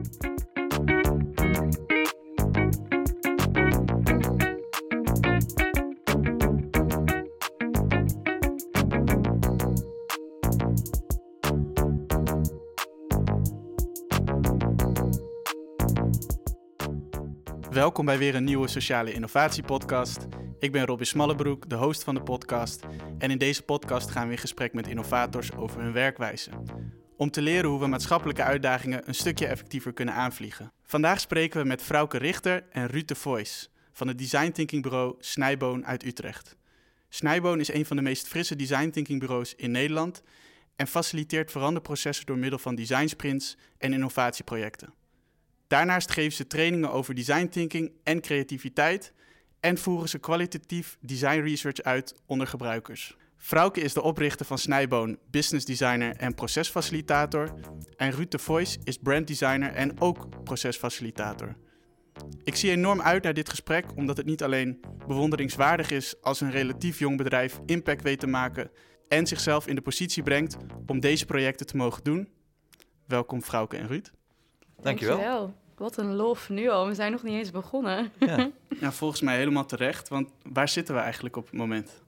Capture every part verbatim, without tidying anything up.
Welkom bij weer een nieuwe Sociale Innovatie podcast. Ik ben Robin Smallebroek, de host van de podcast. En in deze podcast gaan we in gesprek met innovators over hun werkwijze. Om te leren hoe we maatschappelijke uitdagingen een stukje effectiever kunnen aanvliegen. Vandaag spreken we met Frauke Richter en Ruud de Vos van het design thinking bureau Snijboon uit Utrecht. Snijboon is een van de meest frisse design thinking bureaus in Nederland en faciliteert veranderprocessen door middel van design sprints en innovatieprojecten. Daarnaast geven ze trainingen over design thinking en creativiteit en voeren ze kwalitatief design research uit onder gebruikers. Frauke is de oprichter van Snijboon, business designer en procesfacilitator. En Ruud de Vos is branddesigner en ook procesfacilitator. Ik zie enorm uit naar dit gesprek omdat het niet alleen bewonderingswaardig is als een relatief jong bedrijf impact weet te maken en zichzelf in de positie brengt om deze projecten te mogen doen. Welkom Frauke en Ruud. Dankjewel. Dankjewel. Wat een lof nu al. We zijn nog niet eens begonnen. Ja. Ja, volgens mij helemaal terecht, want waar zitten we eigenlijk op het moment?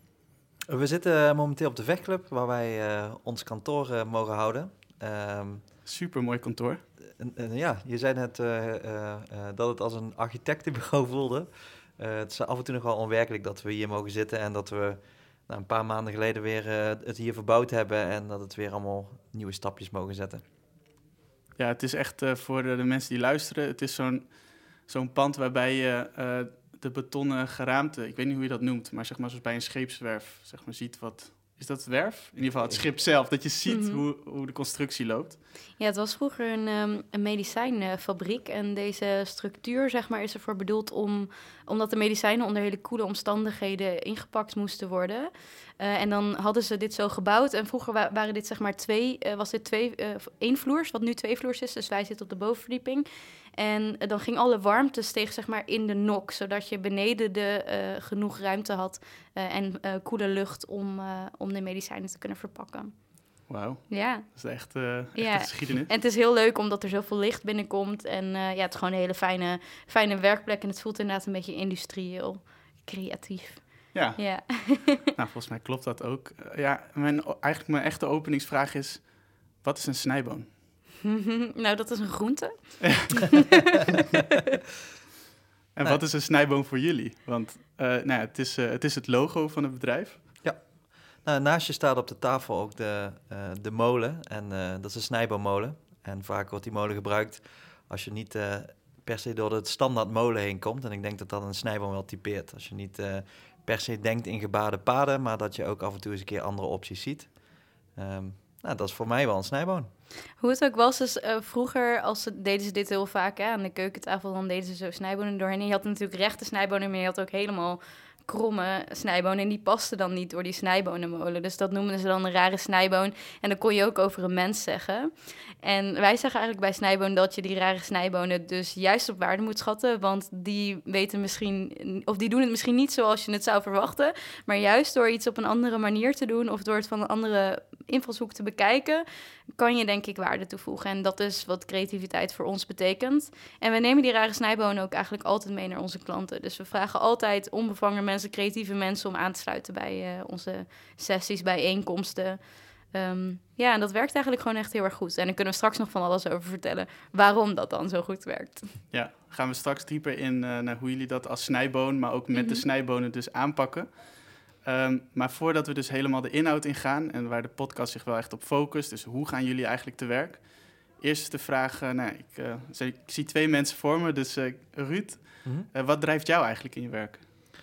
We zitten momenteel op de Vechtclub, waar wij uh, ons kantoor uh, mogen houden. Um, Super mooi kantoor. Uh, uh, ja, je zei net uh, uh, uh, dat het als een architectenbureau voelde. Uh, het is af en toe nog wel onwerkelijk dat we hier mogen zitten en dat we nou, een paar maanden geleden weer uh, het hier verbouwd hebben en dat het weer allemaal nieuwe stapjes mogen zetten. Ja, het is echt uh, voor de, de mensen die luisteren, het is zo'n, zo'n pand waarbij je uh, de betonnen geraamte, ik weet niet hoe je dat noemt, maar zeg maar zoals bij een scheepswerf, zeg maar ziet wat, is dat het werf? In ieder geval het schip zelf, dat je ziet mm-hmm. hoe, hoe de constructie loopt. Ja, het was vroeger een, um, een medicijnfabriek en deze structuur zeg maar is ervoor bedoeld om, omdat de medicijnen onder hele koele omstandigheden ingepakt moesten worden. Uh, en dan hadden ze dit zo gebouwd en vroeger wa- waren dit zeg maar twee, uh, was dit twee, uh, één vloers, wat nu twee vloers is, dus wij zitten op de bovenverdieping. En uh, dan ging alle warmte steeg zeg maar in de nok, zodat je beneden de uh, genoeg ruimte had uh, en uh, koele lucht om, uh, om de medicijnen te kunnen verpakken. Wauw, ja. Dat is echt, uh, echt ja. een geschiedenis. En het is heel leuk omdat er zoveel licht binnenkomt. En uh, ja, het is gewoon een hele fijne, fijne werkplek. En het voelt inderdaad een beetje industrieel, creatief. Ja, ja. Nou, volgens mij klopt dat ook. Uh, ja, mijn, eigenlijk mijn echte openingsvraag is, wat is een snijboon? Nou, dat is een groente. En wat is een snijboon voor jullie? Want uh, nou ja, het, is, uh, het is het logo van het bedrijf. Ja, nou, naast je staat op de tafel ook de, uh, de molen. En uh, dat is een snijboonmolen. En vaak wordt die molen gebruikt als je niet uh, per se door het standaard molen heen komt. En ik denk dat dat een snijboon wel typeert. Als je niet uh, per se denkt in gebaarde paden, maar dat je ook af en toe eens een keer andere opties ziet. Um, nou, dat is voor mij wel een snijboon. Hoe het ook was, dus uh, vroeger als ze, deden ze dit heel vaak hè, aan de keukentafel, dan deden ze zo snijbonen doorheen. En je had natuurlijk rechte snijbonen, maar je had ook helemaal kromme snijbonen en die pasten dan niet door die snijbonenmolen. Dus dat noemden ze dan een rare snijboon. En dan kon je ook over een mens zeggen. En wij zeggen eigenlijk bij snijboon dat je die rare snijbonen dus juist op waarde moet schatten, want die weten misschien, of die doen het misschien niet zoals je het zou verwachten, maar juist door iets op een andere manier te doen of door het van een andere invalshoek te bekijken, kan je denk ik waarde toevoegen. En dat is wat creativiteit voor ons betekent. En we nemen die rare snijbonen ook eigenlijk altijd mee naar onze klanten. Dus we vragen altijd onbevangen mensen, creatieve mensen om aan te sluiten bij uh, onze sessies, bijeenkomsten. Um, ja, en dat werkt eigenlijk gewoon echt heel erg goed. En daar kunnen we straks nog van alles over vertellen waarom dat dan zo goed werkt. Ja, gaan we straks dieper in uh, naar hoe jullie dat als snijboon, maar ook met mm-hmm. de snijbonen dus aanpakken. Um, maar voordat we dus helemaal de inhoud ingaan en waar de podcast zich wel echt op focust, dus hoe gaan jullie eigenlijk te werk? Eerst is de vraag, uh, nou, ik, uh, ik zie twee mensen voor me, dus uh, Ruud, mm-hmm. uh, wat drijft jou eigenlijk in je werk?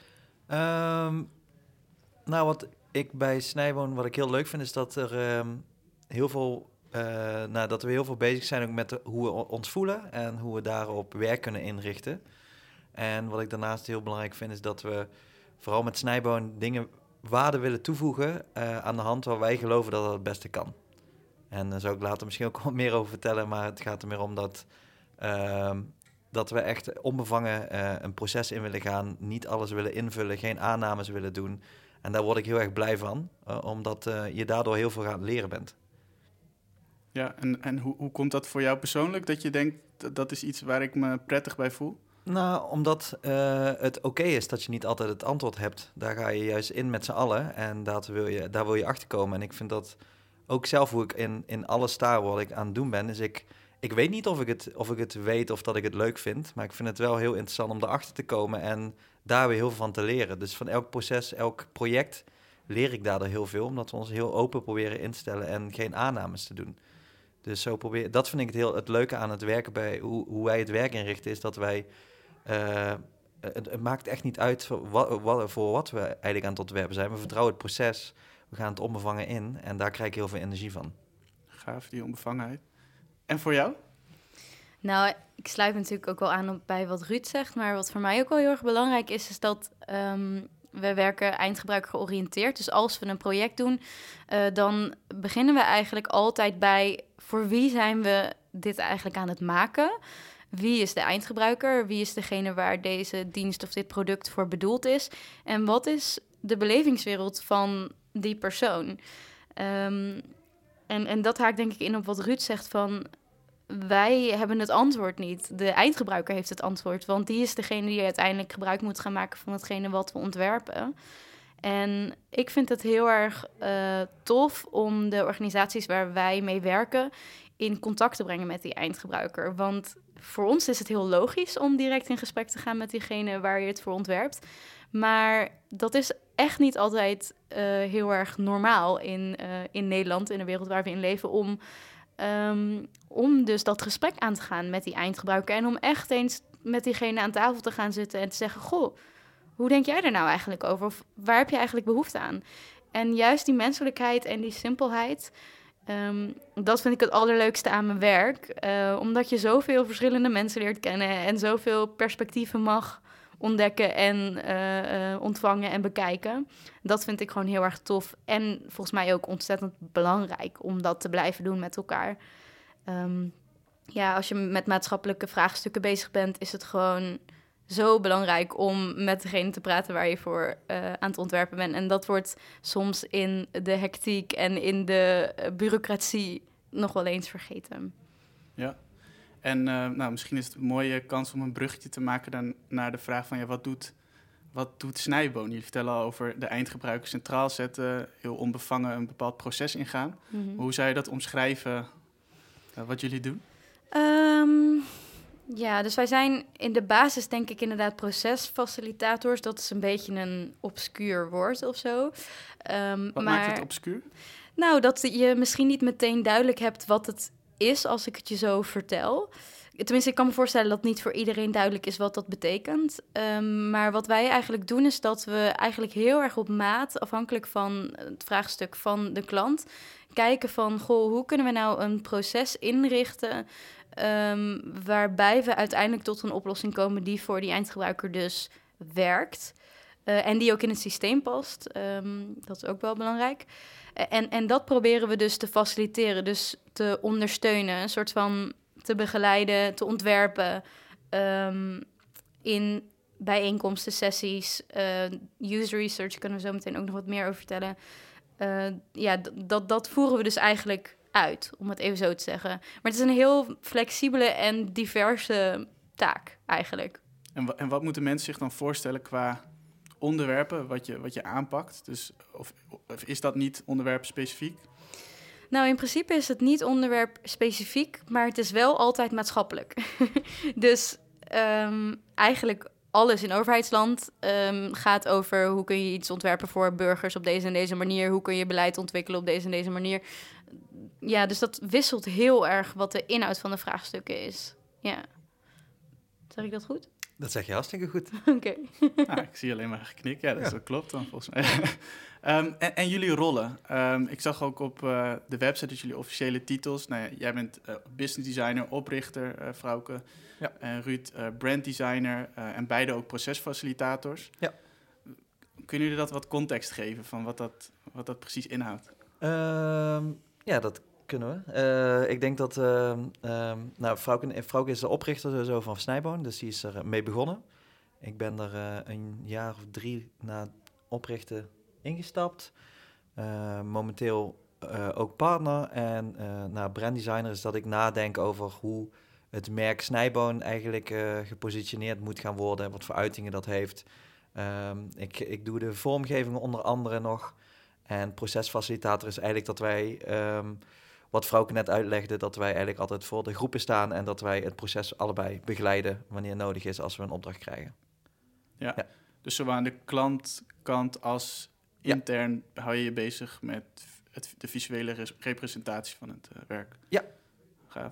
Um, nou, wat ik bij Snijboon, wat ik heel leuk vind, is dat er um, heel veel, uh, nou, dat we heel veel bezig zijn ook met de, hoe we ons voelen en hoe we daarop werk kunnen inrichten. En wat ik daarnaast heel belangrijk vind, is dat we vooral met Snijboon dingen waarde willen toevoegen uh, aan de hand waar wij geloven dat dat het beste kan. En daar zou ik later misschien ook wat meer over vertellen, maar het gaat er meer om dat, uh, dat we echt onbevangen uh, een proces in willen gaan, niet alles willen invullen, geen aannames willen doen. En daar word ik heel erg blij van, uh, omdat uh, je daardoor heel veel aan het leren bent. Ja, en, en hoe, hoe komt dat voor jou persoonlijk? Dat je denkt, dat, dat is iets waar ik me prettig bij voel? Nou, omdat uh, het oké okay is dat je niet altijd het antwoord hebt. Daar ga je juist in met z'n allen en dat wil je, daar wil je achter komen. En ik vind dat ook zelf hoe ik in, in alles sta wat ik aan het doen ben, is ik... Ik weet niet of ik, het, of ik het weet of dat ik het leuk vind, maar ik vind het wel heel interessant om erachter te komen en daar weer heel veel van te leren. Dus van elk proces, elk project leer ik daardoor heel veel, omdat we ons heel open proberen in te stellen en geen aannames te doen. Dus zo probeer, dat vind ik het, heel, het leuke aan het werken bij hoe, hoe wij het werk inrichten, is dat wij, uh, het, het maakt echt niet uit voor wat, wat, voor wat we eigenlijk aan het ontwerpen zijn. We vertrouwen het proces, we gaan het onbevangen in en daar krijg ik heel veel energie van. Gaaf, die onbevangenheid. En voor jou? Nou, ik sluit natuurlijk ook wel aan op bij wat Ruud zegt, maar wat voor mij ook wel heel erg belangrijk is, is dat um, we werken eindgebruiker georiënteerd. Dus als we een project doen, uh, dan beginnen we eigenlijk altijd bij voor wie zijn we dit eigenlijk aan het maken? Wie is de eindgebruiker? Wie is degene waar deze dienst of dit product voor bedoeld is? En wat is de belevingswereld van die persoon? Um, en, en dat haakt denk ik in op wat Ruud zegt van... Wij hebben het antwoord niet. De eindgebruiker heeft het antwoord. Want die is degene die uiteindelijk gebruik moet gaan maken van hetgene wat we ontwerpen. En ik vind het heel erg uh, tof om de organisaties waar wij mee werken in contact te brengen met die eindgebruiker. Want voor ons is het heel logisch om direct in gesprek te gaan met diegene waar je het voor ontwerpt. Maar dat is echt niet altijd uh, heel erg normaal in, uh, in Nederland, in de wereld waar we in leven, om... Um, om dus dat gesprek aan te gaan met die eindgebruiker. En om echt eens met diegene aan tafel te gaan zitten en te zeggen... Goh, hoe denk jij er nou eigenlijk over? Of waar heb je eigenlijk behoefte aan? En juist die menselijkheid en die simpelheid... Um, dat vind ik het allerleukste aan mijn werk. Uh, omdat je zoveel verschillende mensen leert kennen... en zoveel perspectieven mag ontdekken en uh, uh, ontvangen en bekijken. Dat vind ik gewoon heel erg tof. En volgens mij ook ontzettend belangrijk om dat te blijven doen met elkaar. Um, ja, als je met maatschappelijke vraagstukken bezig bent, is het gewoon zo belangrijk om met degene te praten waar je voor uh, aan het ontwerpen bent. En dat wordt soms in de hectiek en in de uh, bureaucratie nog wel eens vergeten. Ja. En uh, nou, misschien is het een mooie kans om een bruggetje te maken dan naar de vraag van... ja, wat doet, wat doet Snijboon? Jullie vertellen al over de eindgebruiker centraal zetten... heel onbevangen een bepaald proces ingaan. Mm-hmm. Hoe zou je dat omschrijven, uh, wat jullie doen? Um, ja, dus wij zijn in de basis denk ik inderdaad procesfacilitators. Dat is een beetje een obscuur woord of zo. Um, wat maar, maakt het obscuur? Nou, dat je misschien niet meteen duidelijk hebt wat het is als ik het je zo vertel. Tenminste, ik kan me voorstellen dat niet voor iedereen duidelijk is wat dat betekent. Um, maar wat wij eigenlijk doen is dat we eigenlijk heel erg op maat, afhankelijk van het vraagstuk van de klant, kijken van, goh, hoe kunnen we nou een proces inrichten um, waarbij we uiteindelijk tot een oplossing komen die voor die eindgebruiker dus werkt. Uh, en die ook in het systeem past. Um, dat is ook wel belangrijk. Uh, en, en dat proberen we dus te faciliteren, dus te ondersteunen, een soort van te begeleiden, te ontwerpen um, in bijeenkomsten, sessies, uh, user research, kunnen we zo meteen ook nog wat meer over vertellen. Uh, ja, d- dat, dat voeren we dus eigenlijk uit, om het even zo te zeggen. Maar het is een heel flexibele en diverse taak eigenlijk. En, w- en wat moeten mensen zich dan voorstellen qua onderwerpen wat je, wat je aanpakt? Dus, of, of is dat niet onderwerp specifiek? Nou, in principe is het niet onderwerp specifiek, maar het is wel altijd maatschappelijk. Dus um, eigenlijk alles in overheidsland um, gaat over hoe kun je iets ontwerpen voor burgers op deze en deze manier. Hoe kun je beleid ontwikkelen op deze en deze manier. Ja, dus dat wisselt heel erg wat de inhoud van de vraagstukken is. Ja. Zeg ik dat goed? Dat zeg je hartstikke goed. Oké. Okay. Ah, ik zie alleen maar geknik. Ja, dat, ja. dat klopt dan volgens mij. um, en, en jullie rollen. Um, ik zag ook op uh, de website dat jullie officiële titels... Nou ja, jij bent uh, business designer, oprichter, uh, Frauke. Ja. En Ruud, uh, brand designer. Uh, en beide ook procesfacilitators. Ja. Kunnen jullie dat wat context geven van wat dat, wat dat precies inhoudt? Um, ja, dat kunnen we. Uh, ik denk dat... Uh, um, nou, Frauke, Frauke is de oprichter sowieso van Snijboon, dus die is er mee begonnen. Ik ben er uh, een jaar of drie na het oprichten ingestapt. Uh, momenteel uh, ook partner. En uh, nou, branddesigner is dat ik nadenk over hoe het merk Snijboon eigenlijk uh, gepositioneerd moet gaan worden. Wat voor uitingen dat heeft. Um, ik, ik doe de vormgeving onder andere nog. En procesfacilitator is eigenlijk dat wij, um, wat Frauke net uitlegde, dat wij eigenlijk altijd voor de groepen staan en dat wij het proces allebei begeleiden wanneer nodig is als we een opdracht krijgen. Ja, ja. Dus zowel aan de klantkant als intern ja. hou je je bezig met het, de visuele res- representatie van het uh, werk. Ja. Gaaf.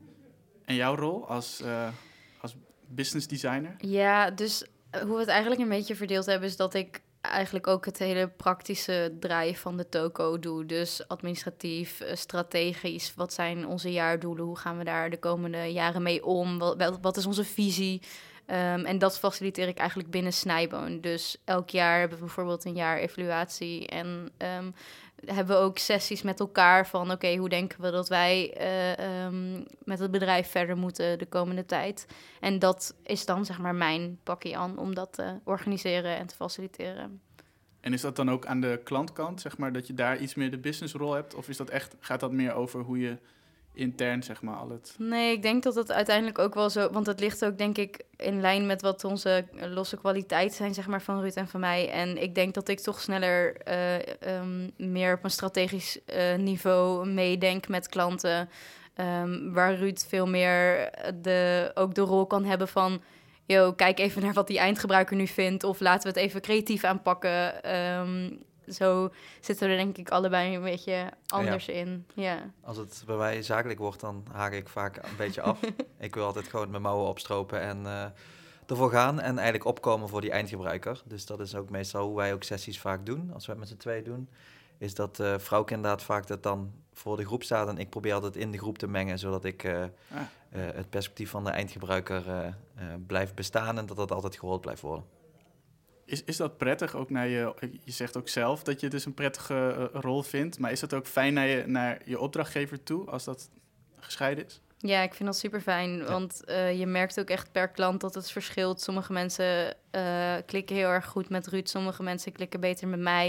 En jouw rol als, uh, als business designer? Ja, dus hoe we het eigenlijk een beetje verdeeld hebben is dat ik eigenlijk ook het hele praktische draaien van de toko doe. Dus administratief, strategisch. Wat zijn onze jaardoelen? Hoe gaan we daar de komende jaren mee om? Wat, wat is onze visie? Um, en dat faciliteer ik eigenlijk binnen Snijboon. Dus elk jaar hebben we bijvoorbeeld een jaar evaluatie. En um, hebben we ook sessies met elkaar van... oké, okay, hoe denken we dat wij uh, um, met het bedrijf verder moeten de komende tijd? En dat is dan zeg maar mijn pakje aan om dat te organiseren en te faciliteren. En is dat dan ook aan de klantkant, zeg maar, dat je daar iets meer de businessrol hebt? Of is dat echt, gaat dat meer over hoe je intern, zeg maar, al het... Nee, ik denk dat het uiteindelijk ook wel zo... want het ligt ook, denk ik, in lijn met wat onze losse kwaliteiten zijn, zeg maar, van Ruud en van mij. En ik denk dat ik toch sneller uh, um, meer op een strategisch uh, niveau meedenk met klanten. Um, waar Ruud veel meer de, ook de rol kan hebben van... yo, kijk even naar wat die eindgebruiker nu vindt... of laten we het even creatief aanpakken... Um, Zo zitten we er denk ik allebei een beetje anders ja. in. Ja. Als het bij mij zakelijk wordt, dan haak ik vaak een beetje af. Ik wil altijd gewoon mijn mouwen opstropen en uh, ervoor gaan. En eigenlijk opkomen voor die eindgebruiker. Dus dat is ook meestal hoe wij ook sessies vaak doen. Als we het met z'n tweeën doen. Is dat uh, Frauke inderdaad vaak dat dan voor de groep staat. En ik probeer altijd in de groep te mengen. Zodat ik uh, ah. uh, het perspectief van de eindgebruiker uh, uh, blijft bestaan. En dat dat altijd gehoord blijft worden. Is, is dat prettig ook naar je... Je zegt ook zelf dat je dus een prettige uh, rol vindt. Maar is dat ook fijn naar je, naar je opdrachtgever toe, als dat gescheiden is? Ja, ik vind dat super fijn. Ja. Want uh, je merkt ook echt per klant dat het verschilt. Sommige mensen uh, klikken heel erg goed met Ruud. Sommige mensen klikken beter met mij.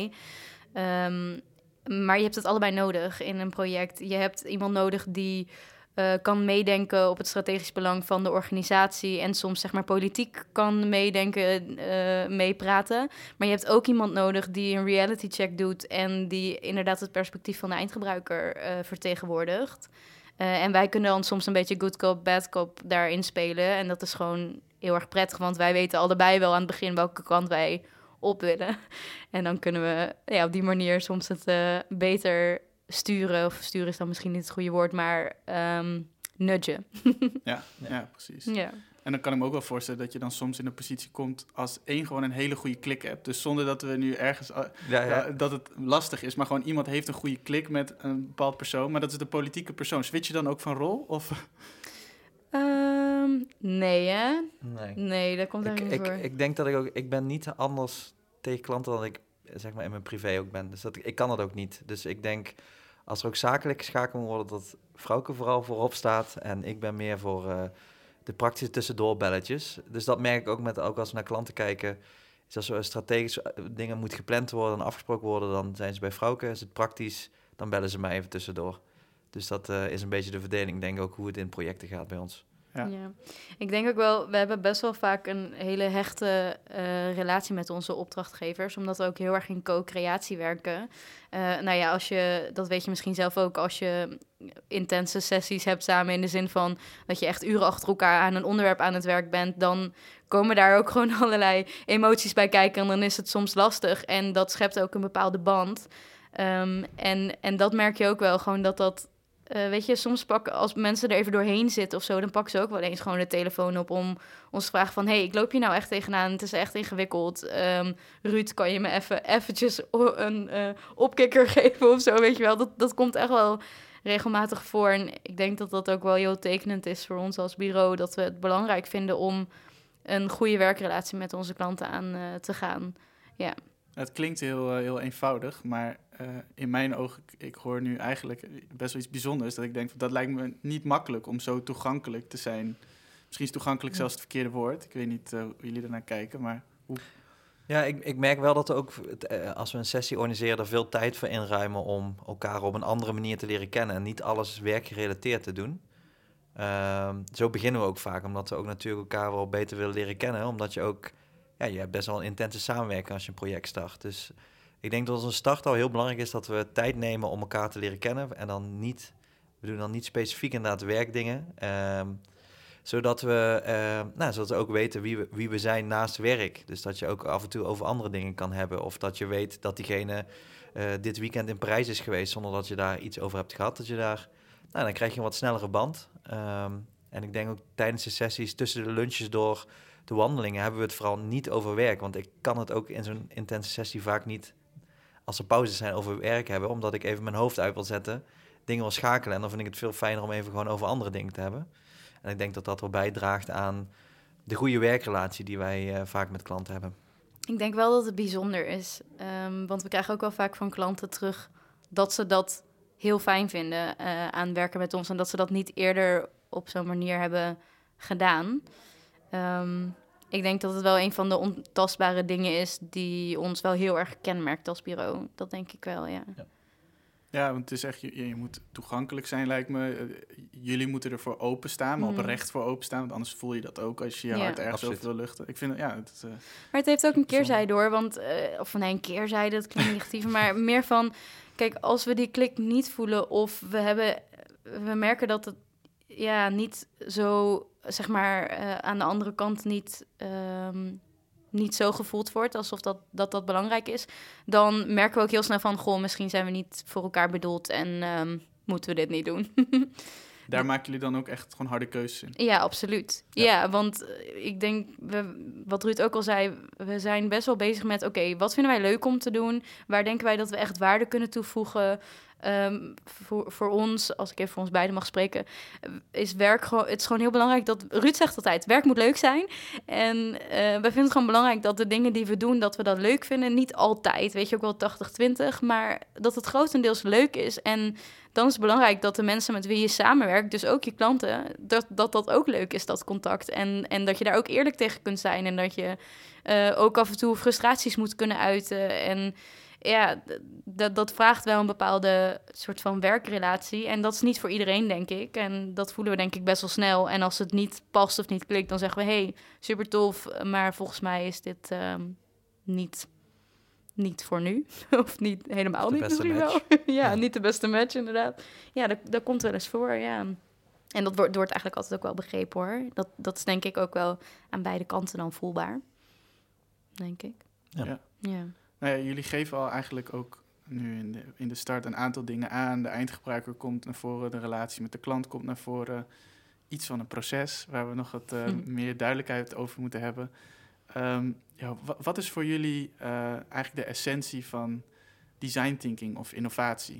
Um, maar je hebt het allebei nodig in een project. Je hebt iemand nodig die... Uh, kan meedenken op het strategisch belang van de organisatie... en soms zeg maar politiek kan meedenken, uh, meepraten. Maar je hebt ook iemand nodig die een reality check doet... en die inderdaad het perspectief van de eindgebruiker uh, vertegenwoordigt. Uh, en wij kunnen dan soms een beetje good cop, bad cop daarin spelen. En dat is gewoon heel erg prettig... want wij weten allebei wel aan het begin welke kant wij op willen. En dan kunnen we ja, op die manier soms het uh, beter... sturen, of sturen is dan misschien niet het goede woord, maar um, nudgen. ja, ja, precies. Ja. En dan kan ik me ook wel voorstellen dat je dan soms in een positie komt als één gewoon een hele goede klik hebt. Dus zonder dat we nu ergens, uh, ja, ja. Uh, dat het lastig is, maar gewoon iemand heeft een goede klik met een bepaald persoon, maar dat is de politieke persoon. Switch je dan ook van rol? Of... Um, nee, hè? Nee. Nee, dat komt er niet voor. Ik, ik denk dat ik ook, ik ben niet anders tegen klanten dan ik zeg maar in mijn privé ook ben. Dus dat, ik kan dat ook niet. Dus ik denk, als er ook zakelijk geschakeld moet worden, dat Frauke vooral voorop staat. En ik ben meer voor uh, de praktische tussendoorbelletjes. Dus dat merk ik ook, met, ook als we naar klanten kijken. Is als er strategisch dingen moet gepland worden en afgesproken worden, dan zijn ze bij Frauke. Is het praktisch, dan bellen ze mij even tussendoor. Dus dat uh, is een beetje de verdeling. Ik denk ook hoe het in projecten gaat bij ons. Ja. ja, ik denk ook wel, we hebben best wel vaak een hele hechte uh, relatie met onze opdrachtgevers, omdat we ook heel erg in co-creatie werken. Uh, nou ja, als je, dat weet je misschien zelf ook, als je intense sessies hebt samen in de zin van dat je echt uren achter elkaar aan een onderwerp aan het werk bent, dan komen daar ook gewoon allerlei emoties bij kijken en dan is het soms lastig en dat schept ook een bepaalde band. Um, en, en dat merk je ook wel, gewoon dat dat... Uh, weet je, soms pakken als mensen er even doorheen zitten of zo, dan pakken ze ook wel eens gewoon de telefoon op om ons te vragen van, hey, ik loop hier nou echt tegenaan, het is echt ingewikkeld. Um, Ruud, kan je me even eventjes een uh, opkikker geven of zo, weet je wel? Dat, dat komt echt wel regelmatig voor. En ik denk dat dat ook wel heel tekenend is voor ons als bureau, dat we het belangrijk vinden om een goede werkrelatie met onze klanten aan uh, te gaan. Ja. Het klinkt heel, uh, heel eenvoudig, maar uh, in mijn ogen, ik, ik hoor nu eigenlijk best wel iets bijzonders. Dat ik denk, dat lijkt me niet makkelijk om zo toegankelijk te zijn. Misschien is toegankelijk zelfs het verkeerde woord. Ik weet niet uh, hoe jullie ernaar kijken, maar hoe... Ja, ik, ik merk wel dat er ook, als we een sessie organiseren, er veel tijd voor inruimen om elkaar op een andere manier te leren kennen en niet alles werkgerelateerd te doen. Um, zo beginnen we ook vaak, omdat we ook natuurlijk elkaar wel beter willen leren kennen, omdat je ook, ja, je hebt best wel een intense samenwerking als je een project start. Dus ik denk dat als een start al heel belangrijk is dat we tijd nemen om elkaar te leren kennen en dan niet, we doen dan niet specifiek inderdaad werkdingen, um, zodat we, uh, nou, zodat we ook weten wie we, wie we zijn naast werk. Dus dat je ook af en toe over andere dingen kan hebben. Of dat je weet dat diegene uh, dit weekend in Parijs is geweest zonder dat je daar iets over hebt gehad. Dat je daar, nou, dan krijg je een wat snellere band. Um, en ik denk ook tijdens de sessies, tussen de lunches door de wandelingen, hebben we het vooral niet over werk. Want ik kan het ook in zo'n intense sessie vaak niet, als er pauzes zijn, over werk hebben. Omdat ik even mijn hoofd uit wil zetten, dingen wil schakelen. En dan vind ik het veel fijner om even gewoon over andere dingen te hebben. En ik denk dat dat wel bijdraagt aan de goede werkrelatie die wij uh, vaak met klanten hebben. Ik denk wel dat het bijzonder is. Um, want we krijgen ook wel vaak van klanten terug dat ze dat heel fijn vinden uh, aan werken met ons. En dat ze dat niet eerder op zo'n manier hebben gedaan. Um, ik denk dat het wel een van de ontastbare dingen is die ons wel heel erg kenmerkt als bureau. Dat denk ik wel, ja. ja. Ja, want het is echt, je, je moet toegankelijk zijn, lijkt me. Uh, jullie moeten ervoor openstaan, maar mm. oprecht voor openstaan. Want anders voel je dat ook als je je ja, hart ergens absoluut. over wil luchten. Ik vind, ja, het, uh, maar het heeft ook een keerzijde hoor. Want, uh, of nee, een keerzijde, dat klinkt negatief. Maar meer van, kijk, als we die klik niet voelen of we hebben, we merken dat het ja, niet zo, zeg maar, uh, aan de andere kant niet... Um, niet zo gevoeld wordt, alsof dat, dat dat belangrijk is, dan merken we ook heel snel van, goh, misschien zijn we niet voor elkaar bedoeld en um, moeten we dit niet doen. Daar maken jullie dan ook echt gewoon harde keuzes in? Ja, absoluut. Ja, ja want ik denk, we, wat Ruud ook al zei, we zijn best wel bezig met, oké, okay, wat vinden wij leuk om te doen? Waar denken wij dat we echt waarde kunnen toevoegen? Um, voor, voor ons, als ik even voor ons beiden mag spreken, is werk gewoon, het is gewoon heel belangrijk dat, Ruud zegt altijd, werk moet leuk zijn. En uh, wij vinden het gewoon belangrijk dat de dingen die we doen, dat we dat leuk vinden. Niet altijd, weet je, ook wel tachtig twintig, maar dat het grotendeels leuk is. En dan is het belangrijk dat de mensen met wie je samenwerkt, dus ook je klanten, dat dat, dat ook leuk is, dat contact. En, en dat je daar ook eerlijk tegen kunt zijn en dat je uh, ook af en toe frustraties moet kunnen uiten. En ja, d- dat vraagt wel een bepaalde soort van werkrelatie. En dat is niet voor iedereen, denk ik. En dat voelen we denk ik best wel snel. En als het niet past of niet klikt, dan zeggen we, hey, super tof, maar volgens mij is dit um, niet, niet voor nu. Of niet helemaal niet misschien wel. ja, ja, niet de beste match, inderdaad. Ja, dat, dat komt wel eens voor, ja. En dat wordt, wordt eigenlijk altijd ook wel begrepen, hoor. Dat, dat is denk ik ook wel aan beide kanten dan voelbaar. Denk ik. Ja. ja. ja. Nou ja, jullie geven al eigenlijk ook nu in de, in de start een aantal dingen aan. De eindgebruiker komt naar voren, de relatie met de klant komt naar voren. Iets van een proces waar we nog wat uh, hm. meer duidelijkheid over moeten hebben. Um, ja, w- wat is voor jullie uh, eigenlijk de essentie van design thinking of innovatie?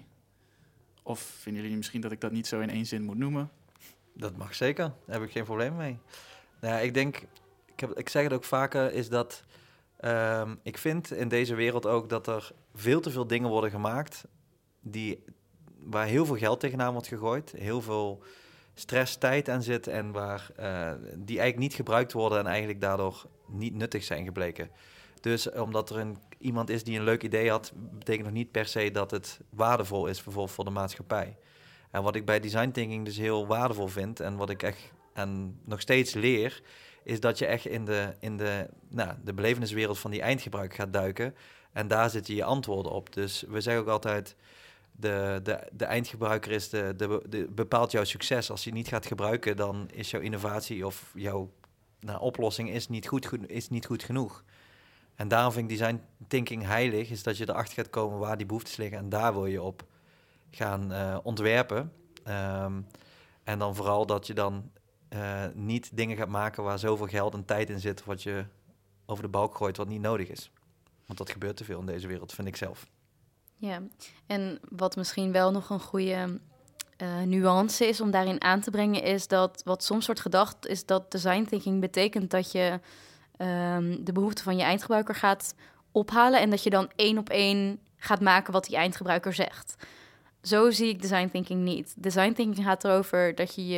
Of vinden jullie misschien dat ik dat niet zo in één zin moet noemen? Dat mag zeker, daar heb ik geen probleem mee. Nou ja, ik denk, ik, heb, ik zeg het ook vaker, is dat... Um, ik vind in deze wereld ook dat er veel te veel dingen worden gemaakt die, waar heel veel geld tegenaan wordt gegooid, heel veel stress, tijd aan zit en waar, uh, die eigenlijk niet gebruikt worden en eigenlijk daardoor niet nuttig zijn gebleken. Dus omdat er een, iemand is die een leuk idee had, betekent nog niet per se dat het waardevol is bijvoorbeeld voor de maatschappij. En wat ik bij design thinking dus heel waardevol vind en wat ik echt en nog steeds leer, is dat je echt in de, in de, nou, de beleveniswereld van die eindgebruik gaat duiken. En daar zitten je antwoorden op. Dus we zeggen ook altijd, de, de, de eindgebruiker is de, de, de, bepaalt jouw succes. Als je het niet gaat gebruiken, dan is jouw innovatie of jouw nou, oplossing is niet, goed, is niet goed genoeg. En daarom vind ik design thinking heilig, is dat je erachter gaat komen waar die behoeftes liggen. En daar wil je op gaan uh, ontwerpen. Um, en dan vooral dat je dan... Uh, niet dingen gaat maken waar zoveel geld en tijd in zit, wat je over de balk gooit, wat niet nodig is. Want dat gebeurt te veel in deze wereld, vind ik zelf. Ja, en wat misschien wel nog een goede uh, nuance is om daarin aan te brengen, is dat wat soms wordt gedacht, is dat design thinking betekent dat je um, de behoeften van je eindgebruiker gaat ophalen en dat je dan één op één gaat maken wat die eindgebruiker zegt. Zo zie ik design thinking niet. Design thinking gaat erover dat je je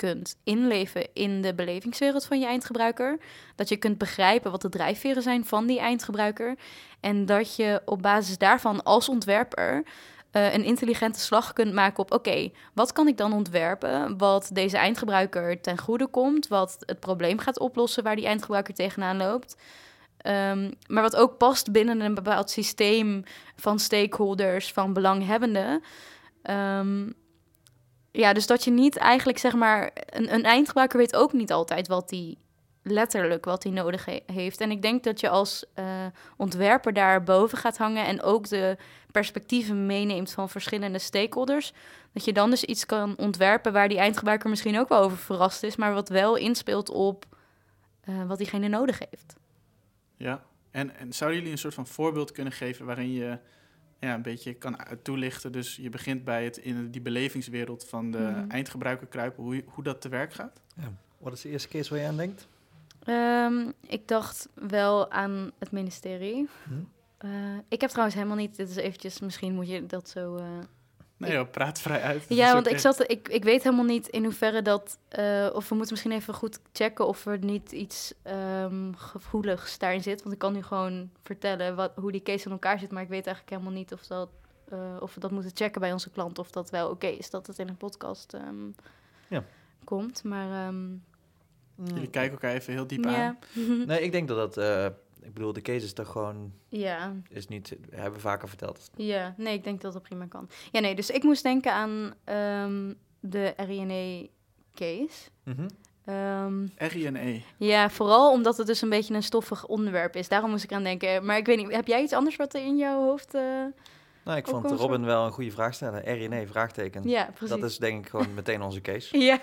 kunt inleven in de belevingswereld van je eindgebruiker. Dat je kunt begrijpen wat de drijfveren zijn van die eindgebruiker. En dat je op basis daarvan als ontwerper uh, een intelligente slag kunt maken op... oké, okay, wat kan ik dan ontwerpen wat deze eindgebruiker ten goede komt? Wat het probleem gaat oplossen waar die eindgebruiker tegenaan loopt? Um, maar wat ook past binnen een bepaald systeem van stakeholders, van belanghebbenden. Um, ja, dus dat je niet eigenlijk, zeg maar... Een, een eindgebruiker weet ook niet altijd wat hij letterlijk wat hij nodig he- heeft. En ik denk dat je als uh, ontwerper daar boven gaat hangen en ook de perspectieven meeneemt van verschillende stakeholders. Dat je dan dus iets kan ontwerpen waar die eindgebruiker misschien ook wel over verrast is, maar wat wel inspeelt op uh, wat diegene nodig heeft. Ja, en, en zouden jullie een soort van voorbeeld kunnen geven waarin je ja, een beetje kan toelichten? Dus je begint bij het in die belevingswereld van de mm-hmm. eindgebruiker kruipen, hoe, hoe dat te werk gaat? Ja. Wat is de eerste case waar je aan denkt? Um, ik dacht wel aan het ministerie. Hm? Uh, ik heb trouwens helemaal niet... Dit is eventjes, misschien moet je dat zo... Uh, nee joh, praat vrij uit. Ja, want okay. ik, zat, ik, ik weet helemaal niet in hoeverre dat... Uh, of we moeten misschien even goed checken of er niet iets um, gevoeligs daarin zit. Want ik kan nu gewoon vertellen wat, hoe die case in elkaar zit. Maar ik weet eigenlijk helemaal niet of, dat, uh, of we dat moeten checken bij onze klant. Of dat wel oké okay is dat het in een podcast um, ja. komt. Maar... Um, Jullie kijken elkaar even heel diep ja. aan. Nee, ik denk dat dat... Uh, ik bedoel, de case is toch gewoon... Ja. Is niet... Hebben we vaker verteld. Ja, nee, ik denk dat dat prima kan. Ja, nee, dus ik moest denken aan um, de R I N E-case. Mm-hmm. Um, R I N E? Ja, vooral omdat het dus een beetje een stoffig onderwerp is. Daarom moest ik aan denken. Maar ik weet niet, heb jij iets anders wat er in jouw hoofd... Uh, Nou, ik vond Robin zo? wel een goede vraag stellen. R I N E, vraagteken. Ja, precies. Dat is denk ik gewoon meteen onze case. Ja.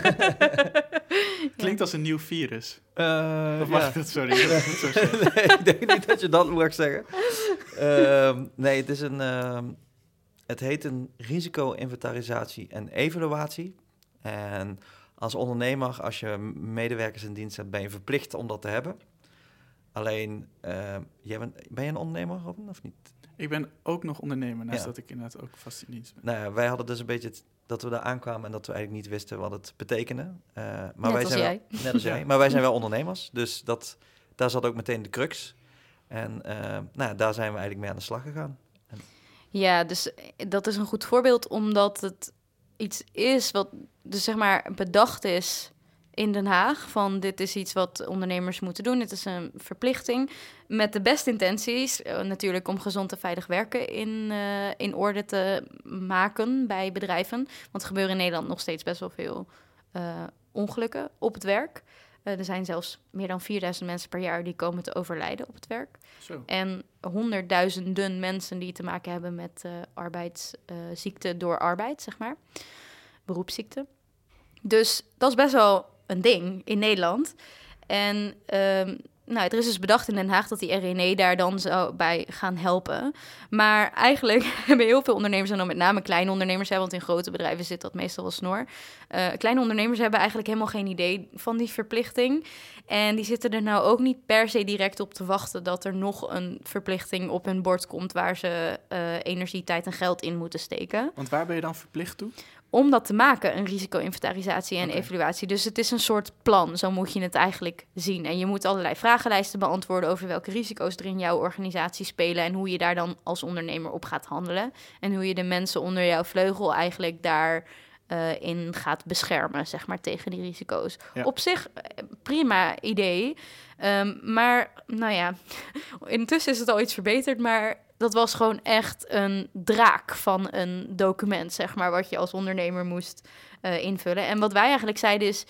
Klinkt ja. als een nieuw virus. Uh, of mag ja. ik dat, sorry. Dat moet zo nee, ik denk niet dat je dat mag zeggen. Uh, nee, het is een... Uh, het heet een risico-inventarisatie en evaluatie. En als ondernemer, als je medewerkers in dienst hebt, ben je verplicht om dat te hebben. Alleen, uh, jij bent, ben je een ondernemer, Robin, of niet? Ik ben ook nog ondernemer, naast ja. dat ik inderdaad ook vast in dienst ben. Nou ja, wij hadden dus een beetje het, dat we daar aankwamen en dat we eigenlijk niet wisten wat het betekende. Uh, maar net wij als zijn jij. Wel, net als jij. Maar wij zijn wel ondernemers, dus dat, daar zat ook meteen de crux. En uh, nou, daar zijn we eigenlijk mee aan de slag gegaan. En... Ja, dus dat is een goed voorbeeld, omdat het iets is wat dus zeg maar bedacht is in Den Haag, van dit is iets wat ondernemers moeten doen, dit is een verplichting, met de beste intenties, uh, natuurlijk om gezond en veilig werken in, uh, in orde te maken bij bedrijven, want er gebeuren in Nederland nog steeds best wel veel uh, ongelukken op het werk. Uh, er zijn zelfs meer dan vierduizend mensen per jaar die komen te overlijden op het werk. Zo. En honderdduizenden mensen die te maken hebben met uh, arbeidsziekte uh, door arbeid, zeg maar. Beroepsziekte. Dus dat is best wel een ding in Nederland. En um, nou, er is dus bedacht in Den Haag dat die R I N E daar dan zou bij gaan helpen. Maar eigenlijk hebben heel veel ondernemers, en dan met name kleine ondernemers, hè, want in grote bedrijven zit dat meestal wel snor. Uh, kleine ondernemers hebben eigenlijk helemaal geen idee van die verplichting. En die zitten er nou ook niet per se direct op te wachten dat er nog een verplichting op hun bord komt waar ze uh, energie, tijd en geld in moeten steken. Want waar ben je dan verplicht toe? Om dat te maken, een risico-inventarisatie en okay. evaluatie. Dus het is een soort plan, zo moet je het eigenlijk zien. En je moet allerlei vragenlijsten beantwoorden over welke risico's er in jouw organisatie spelen en hoe je daar dan als ondernemer op gaat handelen. En hoe je de mensen onder jouw vleugel eigenlijk daar uh, in gaat beschermen, zeg maar, tegen die risico's. Ja. Op zich, prima idee. Um, maar, nou ja, intussen is het al iets verbeterd, maar dat was gewoon echt een draak van een document, zeg maar, wat je als ondernemer moest uh, invullen. En wat wij eigenlijk zeiden is,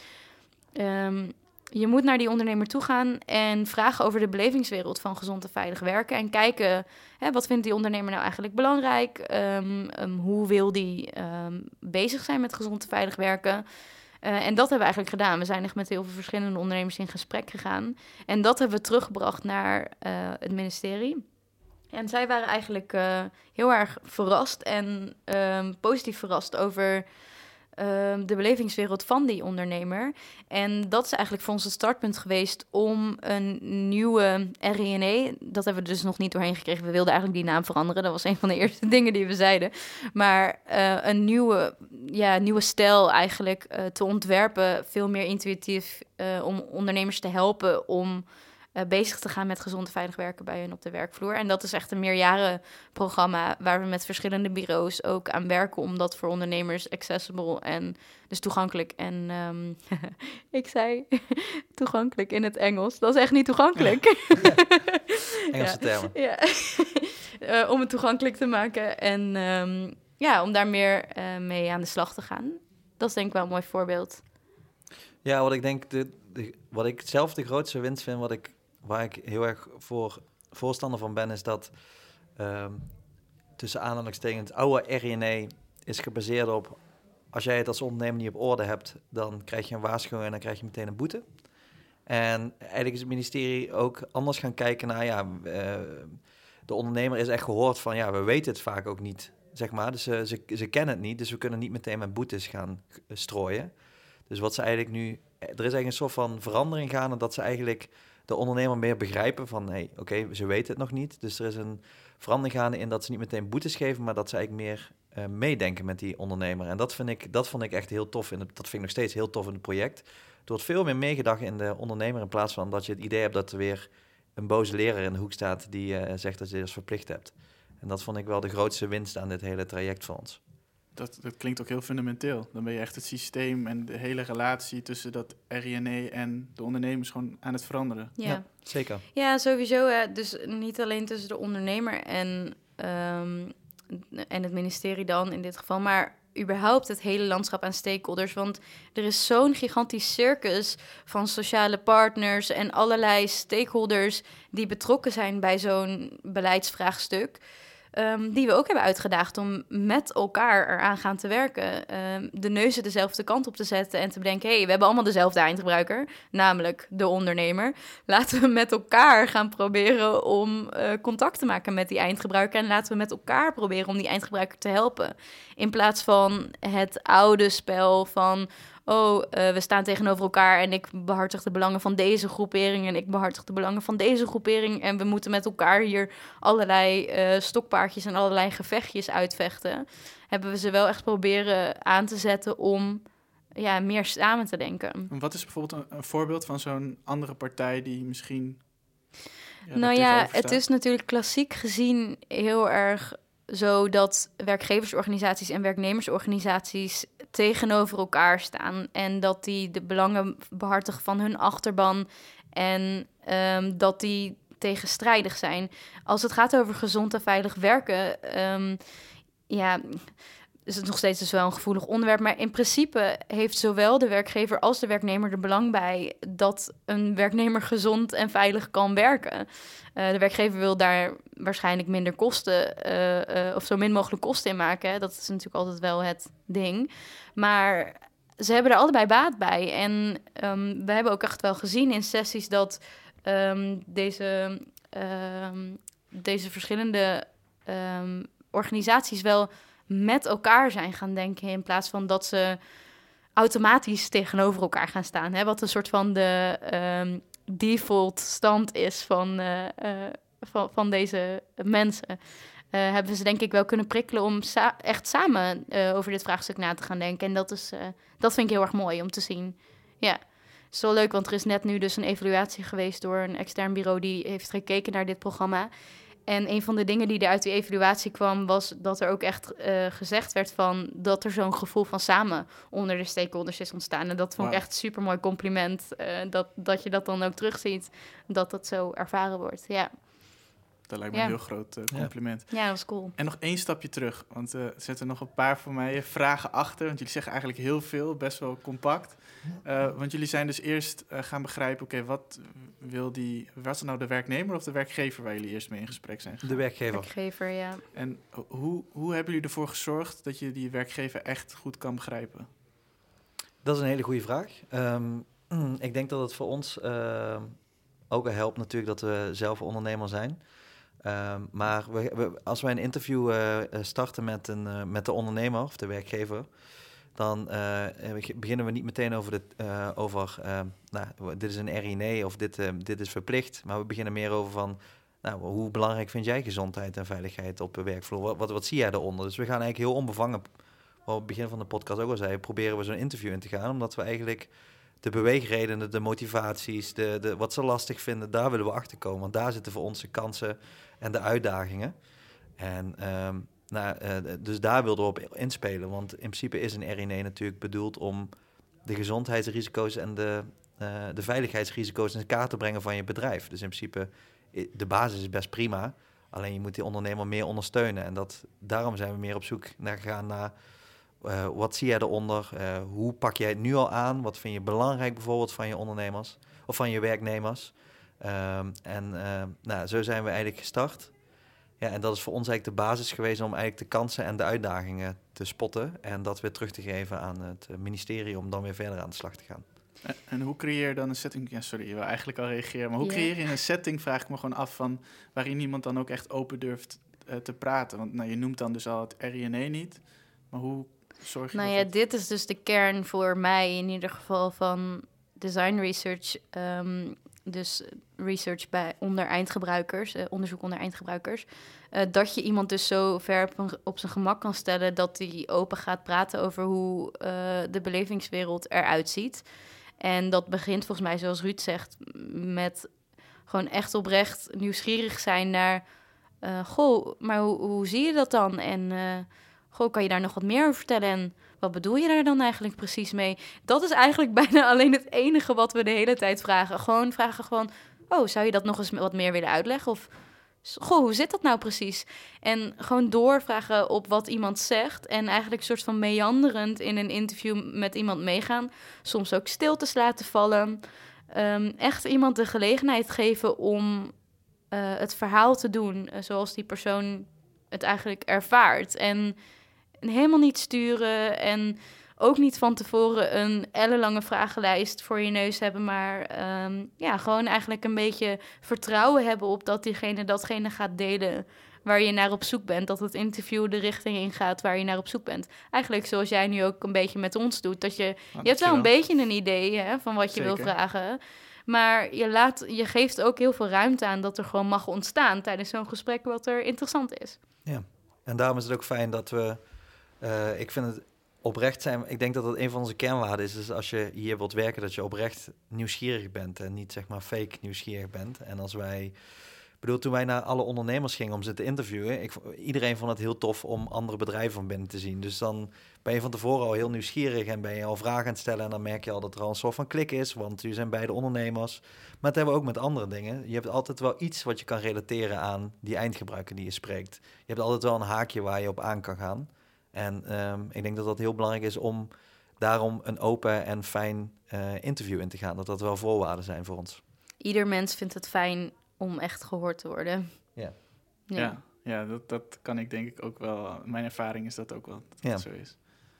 um, je moet naar die ondernemer toe gaan en vragen over de belevingswereld van gezond en veilig werken. En kijken, hè, wat vindt die ondernemer nou eigenlijk belangrijk? Um, um, hoe wil die um, bezig zijn met gezond en veilig werken? Uh, en dat hebben we eigenlijk gedaan. We zijn echt met heel veel verschillende ondernemers in gesprek gegaan. En dat hebben we teruggebracht naar uh, het ministerie. En zij waren eigenlijk uh, heel erg verrast en um, positief verrast over de belevingswereld van die ondernemer. En dat is eigenlijk voor ons het startpunt geweest om een nieuwe R I N E, dat hebben we dus nog niet doorheen gekregen. We wilden eigenlijk die naam veranderen. Dat was een van de eerste dingen die we zeiden. Maar uh, een nieuwe, ja, nieuwe stijl eigenlijk uh, te ontwerpen, veel meer intuïtief, uh, om ondernemers te helpen om Uh, bezig te gaan met gezond en veilig werken bij hen op de werkvloer. En dat is echt een meerjarenprogramma waar we met verschillende bureaus ook aan werken om dat voor ondernemers accessible en dus toegankelijk en um, ik zei toegankelijk in het Engels. Dat is echt niet toegankelijk. Ja. Engelse termen. Ja. uh, om het toegankelijk te maken en um, ja, om daar meer uh, mee aan de slag te gaan. Dat is denk ik wel een mooi voorbeeld. Ja, wat ik denk, de, de, wat ik zelf de grootste winst vind, wat ik waar ik heel erg voor voorstander van ben, is dat um, tussen aanhalingstekens het oude R I N E is gebaseerd op, als jij het als ondernemer niet op orde hebt, dan krijg je een waarschuwing en dan krijg je meteen een boete. En eigenlijk is het ministerie ook anders gaan kijken naar, ja, uh, de ondernemer is echt gehoord van, ja, we weten het vaak ook niet, zeg maar. Dus uh, ze, ze kennen het niet, dus we kunnen niet meteen met boetes gaan strooien. Dus wat ze eigenlijk nu, er is eigenlijk een soort van verandering gaande, dat ze eigenlijk de ondernemer meer begrijpen van, hey, oké, okay, ze weten het nog niet. Dus er is een verandering gaande in dat ze niet meteen boetes geven, maar dat ze eigenlijk meer uh, meedenken met die ondernemer. En dat vind ik, dat vond ik echt heel tof. In het, dat vind ik nog steeds heel tof in het project. Er wordt veel meer meegedacht in de ondernemer in plaats van dat je het idee hebt dat er weer een boze leraar in de hoek staat die uh, zegt dat je dat verplicht hebt. En dat vond ik wel de grootste winst aan dit hele traject voor ons. Dat, dat klinkt ook heel fundamenteel. Dan ben je echt het systeem en de hele relatie tussen dat R I N E en de ondernemers gewoon aan het veranderen. Ja, ja zeker. Ja, sowieso. Hè. Dus niet alleen tussen de ondernemer en, um, en het ministerie dan in dit geval, maar überhaupt het hele landschap aan stakeholders. Want er is zo'n gigantisch circus van sociale partners en allerlei stakeholders die betrokken zijn bij zo'n beleidsvraagstuk. Um, die we ook hebben uitgedaagd om met elkaar eraan gaan te werken. Um, de neuzen dezelfde kant op te zetten en te bedenken, hé, hey, we hebben allemaal dezelfde eindgebruiker, namelijk de ondernemer. Laten we met elkaar gaan proberen om uh, contact te maken met die eindgebruiker en laten we met elkaar proberen om die eindgebruiker te helpen. In plaats van het oude spel van, oh, uh, we staan tegenover elkaar en ik behartig de belangen van deze groepering en ik behartig de belangen van deze groepering en we moeten met elkaar hier allerlei uh, stokpaardjes en allerlei gevechtjes uitvechten. Hebben we ze wel echt proberen aan te zetten om ja, meer samen te denken. Wat is bijvoorbeeld een, een voorbeeld van zo'n andere partij die misschien... Ja, nou ja, het is natuurlijk klassiek gezien heel erg zo dat werkgeversorganisaties en werknemersorganisaties tegenover elkaar staan en dat die de belangen behartigen van hun achterban en um, dat die tegenstrijdig zijn. Als het gaat over gezond en veilig werken, um, ja, is het nog steeds dus wel een gevoelig onderwerp, maar in principe heeft zowel de werkgever als de werknemer er belang bij dat een werknemer gezond en veilig kan werken. Uh, de werkgever wil daar waarschijnlijk minder kosten uh, uh, of zo min mogelijk kosten in maken. Dat is natuurlijk altijd wel het ding. Maar ze hebben er allebei baat bij. En um, we hebben ook echt wel gezien in sessies dat um, deze, um, deze verschillende um, organisaties wel met elkaar zijn gaan denken in plaats van dat ze automatisch tegenover elkaar gaan staan. Hè? Wat een soort van de um, default stand is van, uh, uh, van, van deze mensen. Uh, hebben ze denk ik wel kunnen prikkelen om sa- echt samen uh, over dit vraagstuk na te gaan denken. En dat, is, uh, dat vind ik heel erg mooi om te zien. Ja, het is wel leuk, want er is net nu dus een evaluatie geweest door een extern bureau die heeft gekeken naar dit programma. En een van de dingen die er uit die evaluatie kwam, was dat er ook echt uh, gezegd werd van dat er zo'n gevoel van samen onder de stakeholders is ontstaan. En dat vond wow. ik echt een supermooi compliment, uh, dat, dat je dat dan ook terugziet, dat dat zo ervaren wordt. Ja. Dat lijkt me ja. een heel groot uh, compliment. Ja, dat was cool. En nog één stapje terug, want uh, er zitten nog een paar van mij vragen achter. Want jullie zeggen eigenlijk heel veel, best wel compact. Uh, want jullie zijn dus eerst uh, gaan begrijpen, oké, okay, wat wil die, was het nou de werknemer of de werkgever waar jullie eerst mee in gesprek zijn gegaan? De werkgever. Werkgever, ja. En hoe, hoe hebben jullie ervoor gezorgd dat je die werkgever echt goed kan begrijpen? Dat is een hele goede vraag. Um, ik denk dat het voor ons uh, ook helpt natuurlijk dat we zelf ondernemer zijn. Um, maar we, we, als wij een interview uh, starten met, een, uh, met de ondernemer of de werkgever, dan uh, beginnen we niet meteen over, de, uh, over uh, nou, dit is een R I N E of dit, uh, dit is verplicht. Maar we beginnen meer over van, nou, hoe belangrijk vind jij gezondheid en veiligheid op de werkvloer? Wat, wat, wat zie jij eronder? Dus we gaan eigenlijk heel onbevangen, wat op het begin van de podcast ook al zei, proberen we zo'n interview in te gaan, omdat we eigenlijk de beweegredenen, de motivaties, de, de, wat ze lastig vinden, daar willen we achter komen. Want daar zitten voor ons de kansen en de uitdagingen. En um, nou, uh, dus daar wilden we op inspelen. Want in principe is een R I N E natuurlijk bedoeld om de gezondheidsrisico's en de, uh, de veiligheidsrisico's in kaart te brengen van je bedrijf. Dus in principe, de basis is best prima. Alleen je moet die ondernemer meer ondersteunen. En dat, daarom zijn we meer op zoek naar gegaan naar Uh, wat zie jij eronder? Uh, hoe pak jij het nu al aan? Wat vind je belangrijk bijvoorbeeld van je ondernemers of van je werknemers? Um, en uh, nou, zo zijn we eigenlijk gestart. Ja, en dat is voor ons eigenlijk de basis geweest om eigenlijk de kansen en de uitdagingen te spotten en dat weer terug te geven aan het ministerie om dan weer verder aan de slag te gaan. En, en hoe creëer je dan een setting? Ja, sorry, je wil eigenlijk al reageren, maar hoe Yeah. creëer je een setting, vraag ik me gewoon af, van waarin iemand dan ook echt open durft uh, te praten? Want nou, je noemt dan dus al het R I N E niet, maar hoe zorg je Nou dat ja, het... dit is dus de kern voor mij in ieder geval van design research. Um, dus research bij onder eindgebruikers, uh, onderzoek onder eindgebruikers. Uh, dat je iemand dus zo ver op, een, op zijn gemak kan stellen dat hij open gaat praten over hoe uh, de belevingswereld eruit ziet. En dat begint volgens mij, zoals Ruud zegt, met gewoon echt oprecht nieuwsgierig zijn naar... Uh, goh, maar hoe, hoe zie je dat dan? En uh, goh, kan je daar nog wat meer over vertellen? En wat bedoel je daar dan eigenlijk precies mee? Dat is eigenlijk bijna alleen het enige wat we de hele tijd vragen. Gewoon vragen gewoon, oh, zou je dat nog eens wat meer willen uitleggen? Of, goh, hoe zit dat nou precies? En gewoon doorvragen op wat iemand zegt. En eigenlijk een soort van meanderend in een interview met iemand meegaan. Soms ook stiltes laten vallen. Um, echt iemand de gelegenheid geven om uh, het verhaal te doen uh, zoals die persoon het eigenlijk ervaart. En helemaal niet sturen en ook niet van tevoren een ellenlange vragenlijst voor je neus hebben, maar um, ja, gewoon eigenlijk een beetje vertrouwen hebben op dat diegene datgene gaat delen waar je naar op zoek bent, dat het interview de richting ingaat waar je naar op zoek bent. Eigenlijk zoals jij nu ook een beetje met ons doet, dat je, Oh, je hebt wel een beetje een idee hè, van wat je Zeker. wil vragen, maar je, laat, je geeft ook heel veel ruimte aan dat er gewoon mag ontstaan tijdens zo'n gesprek wat er interessant is. Ja, en daarom is het ook fijn dat we, uh, ik vind het oprecht zijn, ik denk dat dat een van onze kernwaarden is, dus als je hier wilt werken, dat je oprecht nieuwsgierig bent en niet zeg maar fake nieuwsgierig bent. En als wij, ik bedoel, toen wij naar alle ondernemers gingen om ze te interviewen, ik, iedereen vond het heel tof om andere bedrijven van binnen te zien. Dus dan ben je van tevoren al heel nieuwsgierig en ben je al vragen aan het stellen en dan merk je al dat er al een soort van klik is, want jullie zijn beide ondernemers. Maar dat hebben we ook met andere dingen. Je hebt altijd wel iets wat je kan relateren aan die eindgebruiker die je spreekt. Je hebt altijd wel een haakje waar je op aan kan gaan. En um, ik denk dat dat heel belangrijk is om daarom een open en fijn uh, interview in te gaan. Dat dat wel voorwaarden zijn voor ons. Ieder mens vindt het fijn om echt gehoord te worden. Ja, Ja, Ja, ja dat, dat kan ik denk ik ook wel. Mijn ervaring is dat ook wel, dat Ja. dat zo is.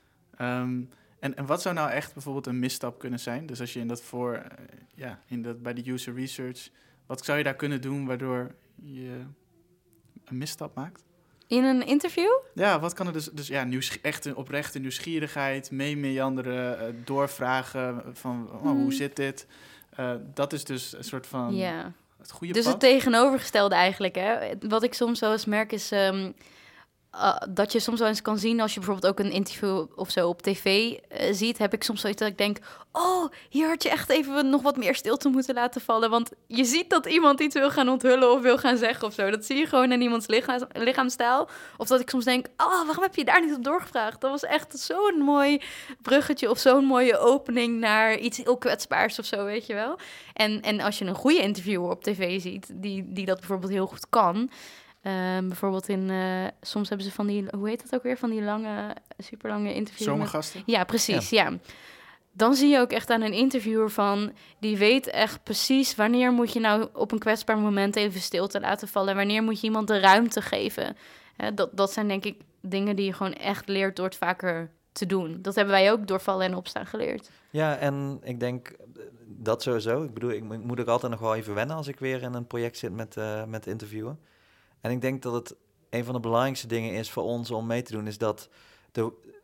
Um, en, en wat zou nou echt bijvoorbeeld een misstap kunnen zijn? Dus als je in dat voor, uh, ja, in dat, bij de user research, wat zou je daar kunnen doen waardoor je een misstap maakt? In een interview? Ja, wat kan er dus, dus ja, nieuws, echt een oprechte nieuwsgierigheid, mee meanderen, uh, doorvragen van oh, Hmm. hoe zit dit? Uh, dat is dus een soort van Ja. het goede Dus pad. het tegenovergestelde eigenlijk. Hè? Wat ik soms wel eens merk is um, uh, dat je soms wel eens kan zien als je bijvoorbeeld ook een interview of zo op tv uh, ziet, heb ik soms zoiets dat ik denk, oh, hier had je echt even nog wat meer stilte moeten laten vallen. Want je ziet dat iemand iets wil gaan onthullen of wil gaan zeggen of zo. Dat zie je gewoon in iemands lichaams, lichaamstaal. Of dat ik soms denk, oh, waarom heb je daar niet op doorgevraagd? Dat was echt zo'n mooi bruggetje of zo'n mooie opening naar iets heel kwetsbaars of zo, weet je wel. En, en als je een goede interviewer op tv ziet, die, die dat bijvoorbeeld heel goed kan. Um, bijvoorbeeld in, uh, soms hebben ze van die, hoe heet dat ook weer? Van die lange, super lange interviews. met- Zomergasten? Ja, precies, ja. ja. Dan zie je ook echt aan een interviewer van, die weet echt precies wanneer moet je nou op een kwetsbaar moment even stilte laten vallen. Wanneer moet je iemand de ruimte geven. Hè, dat, dat zijn denk ik dingen die je gewoon echt leert door het vaker te doen. Dat hebben wij ook door vallen en opstaan geleerd. ja, en ik denk uh, dat sowieso. Ik bedoel, ik, mo- ik moet ook altijd nog wel even wennen als ik weer in een project zit met, uh, met interviewen. En ik denk dat het een van de belangrijkste dingen is voor ons om mee te doen, is dat de,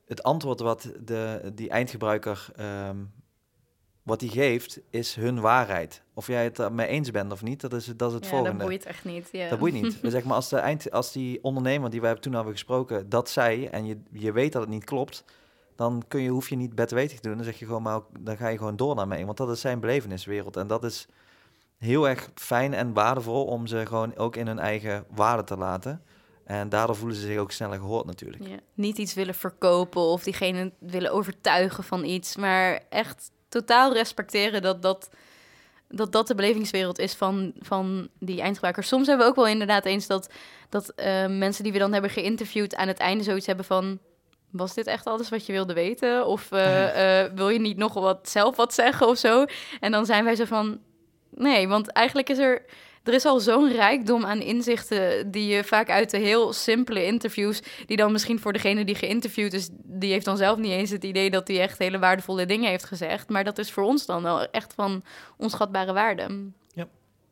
het antwoord wat de, die eindgebruiker um, wat die geeft, is hun waarheid. Of jij het ermee eens bent of niet, dat is, dat is het ja, volgende. dat boeit echt niet. Ja. Dat boeit niet. Zeg maar, als, de eind, als die ondernemer die wij toen hebben gesproken, dat zei en je, je weet dat het niet klopt, dan kun je, hoef je niet bedwetig te doen. Dan zeg je gewoon, maar dan ga je gewoon door naar mee. Want dat is zijn beleveniswereld. En dat is heel erg fijn en waardevol om ze gewoon ook in hun eigen waarde te laten. En daardoor voelen ze zich ook sneller gehoord natuurlijk. Ja, niet iets willen verkopen of diegene willen overtuigen van iets, maar echt totaal respecteren dat dat, dat, dat de belevingswereld is van, van die eindgebruiker. Soms hebben we ook wel inderdaad eens dat, dat uh, mensen die we dan hebben geïnterviewd aan het einde zoiets hebben van, was dit echt alles wat je wilde weten? Of uh, uh, wil je niet nog wat zelf wat zeggen of zo? En dan zijn wij zo van, nee, want eigenlijk is er... Er is al zo'n rijkdom aan inzichten die je vaak uit de heel simpele interviews, die dan misschien voor degene die geïnterviewd is, die heeft dan zelf niet eens het idee dat hij echt hele waardevolle dingen heeft gezegd. Maar dat is voor ons dan wel echt van onschatbare waarde. Ja,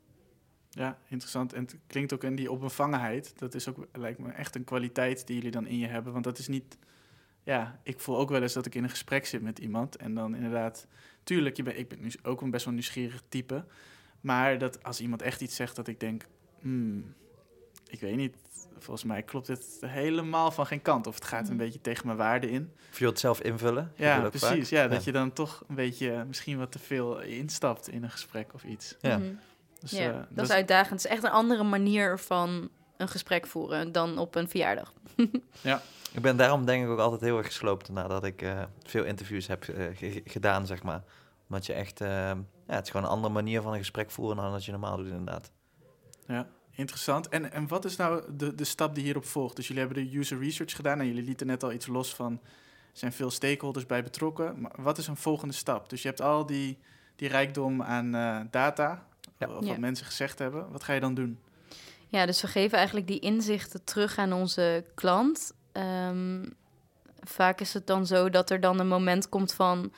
ja, interessant. En het klinkt ook in die opbevangenheid. Dat is ook, lijkt me, echt een kwaliteit die jullie dan in je hebben. Want dat is niet... Ja, ik voel ook wel eens dat ik in een gesprek zit met iemand en dan inderdaad... Tuurlijk, je ben, ik ben nu ook een best wel nieuwsgierig type. Maar dat als iemand echt iets zegt dat ik denk, hmm, ik weet niet, volgens mij klopt dit helemaal van geen kant. Of het gaat een beetje tegen mijn waarden in. Of je wilt het zelf invullen. Ja, precies. Ja, dat ja. je dan toch een beetje misschien wat te veel instapt in een gesprek of iets. Ja, mm-hmm. dus, ja uh, dat, dat is uitdagend. Het is echt een andere manier van een gesprek voeren dan op een verjaardag. Ja. Ik ben daarom denk ik ook altijd heel erg gesloopt nadat ik uh, veel interviews heb uh, g- gedaan, zeg maar. Omdat je echt... Uh, ja, het is gewoon een andere manier van een gesprek voeren dan dat je normaal doet, inderdaad. Ja, interessant. En, en wat is nou de, de stap die hierop volgt? Dus jullie hebben de user research gedaan en jullie lieten net al iets los van... Er zijn veel stakeholders bij betrokken. Maar wat is een volgende stap? Dus je hebt al die, die rijkdom aan uh, data, ja. of wat ja. mensen gezegd hebben. Wat ga je dan doen? Ja, dus we geven eigenlijk die inzichten terug aan onze klant. Um, vaak is het dan zo dat er dan een moment komt van...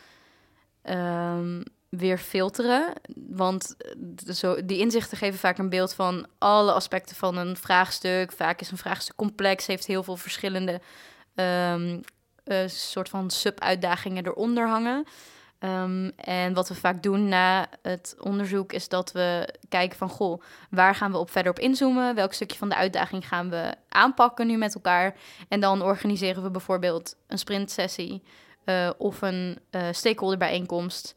Um, weer filteren, want de, zo, die inzichten geven vaak een beeld van alle aspecten van een vraagstuk. Vaak is een vraagstuk complex, heeft heel veel verschillende um, uh, soort van sub-uitdagingen eronder hangen. Um, en wat we vaak doen na het onderzoek is dat we kijken van, goh, waar gaan we op verder op inzoomen? Welk stukje van de uitdaging gaan we aanpakken nu met elkaar? En dan organiseren we bijvoorbeeld een sprintsessie uh, of een uh, stakeholderbijeenkomst.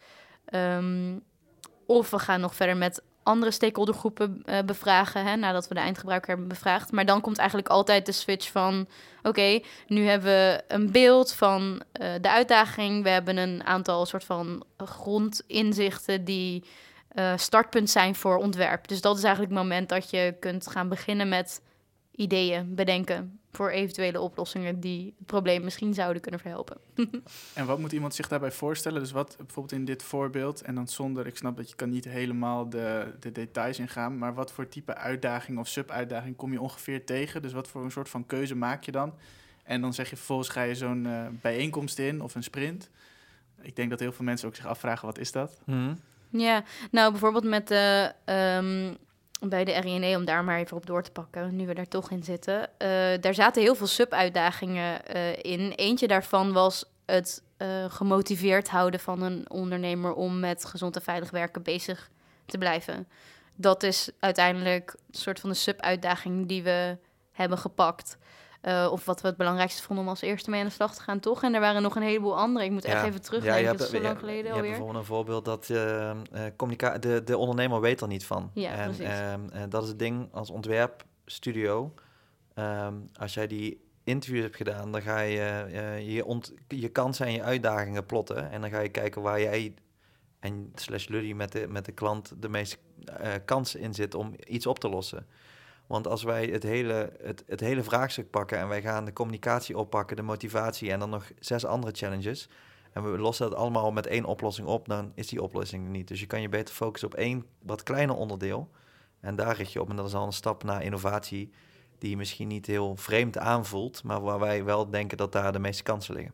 Um, of we gaan nog verder met andere stakeholdergroepen uh, bevragen, hè, nadat we de eindgebruiker hebben bevraagd. Maar dan komt eigenlijk altijd de switch van, oké, okay, nu hebben we een beeld van uh, de uitdaging. We hebben een aantal soort van grondinzichten die uh, startpunt zijn voor ontwerp. Dus dat is eigenlijk het moment dat je kunt gaan beginnen met ideeën bedenken voor eventuele oplossingen die het probleem misschien zouden kunnen verhelpen. En wat moet iemand zich daarbij voorstellen? Dus wat bijvoorbeeld in dit voorbeeld, en dan zonder, ik snap dat je kan niet helemaal de, de details ingaan, maar wat voor type uitdaging of sub-uitdaging kom je ongeveer tegen? Dus wat voor een soort van keuze maak je dan? En dan zeg je vervolgens ga je zo'n uh, bijeenkomst in of een sprint. Ik denk dat heel veel mensen ook zich afvragen, wat is dat? Mm-hmm. Ja, nou bijvoorbeeld met de... Um, bij de R I N E, om daar maar even op door te pakken, nu we daar toch in zitten. Uh, daar zaten heel veel sub-uitdagingen uh, in. Eentje daarvan was het uh, gemotiveerd houden van een ondernemer om met gezond en veilig werken bezig te blijven. Dat is uiteindelijk een soort van de sub-uitdaging die we hebben gepakt. Uh, of wat we het belangrijkste vonden om als eerste mee aan de slag te gaan, toch? En er waren nog een heleboel andere. Ik moet ja. echt even terugdenken, ja, dat is zo ja, lang geleden je alweer. Je hebt bijvoorbeeld een voorbeeld dat uh, uh, communica- de, de ondernemer weet er niet van. Ja, en precies. Uh, uh, dat is het ding als ontwerpstudio. Um, als jij die interviews hebt gedaan, dan ga je uh, je, ont- je kansen en je uitdagingen plotten. En dan ga je kijken waar jij en slash Luddy met de, met de klant de meeste uh, kansen in zit om iets op te lossen. Want als wij het hele, het, het hele vraagstuk pakken en wij gaan de communicatie oppakken, de motivatie en dan nog zes andere challenges, en we lossen dat allemaal met één oplossing op, dan is die oplossing er niet. Dus je kan je beter focussen op één wat kleiner onderdeel en daar richt je op. En dat is al een stap naar innovatie die je misschien niet heel vreemd aanvoelt, maar waar wij wel denken dat daar de meeste kansen liggen.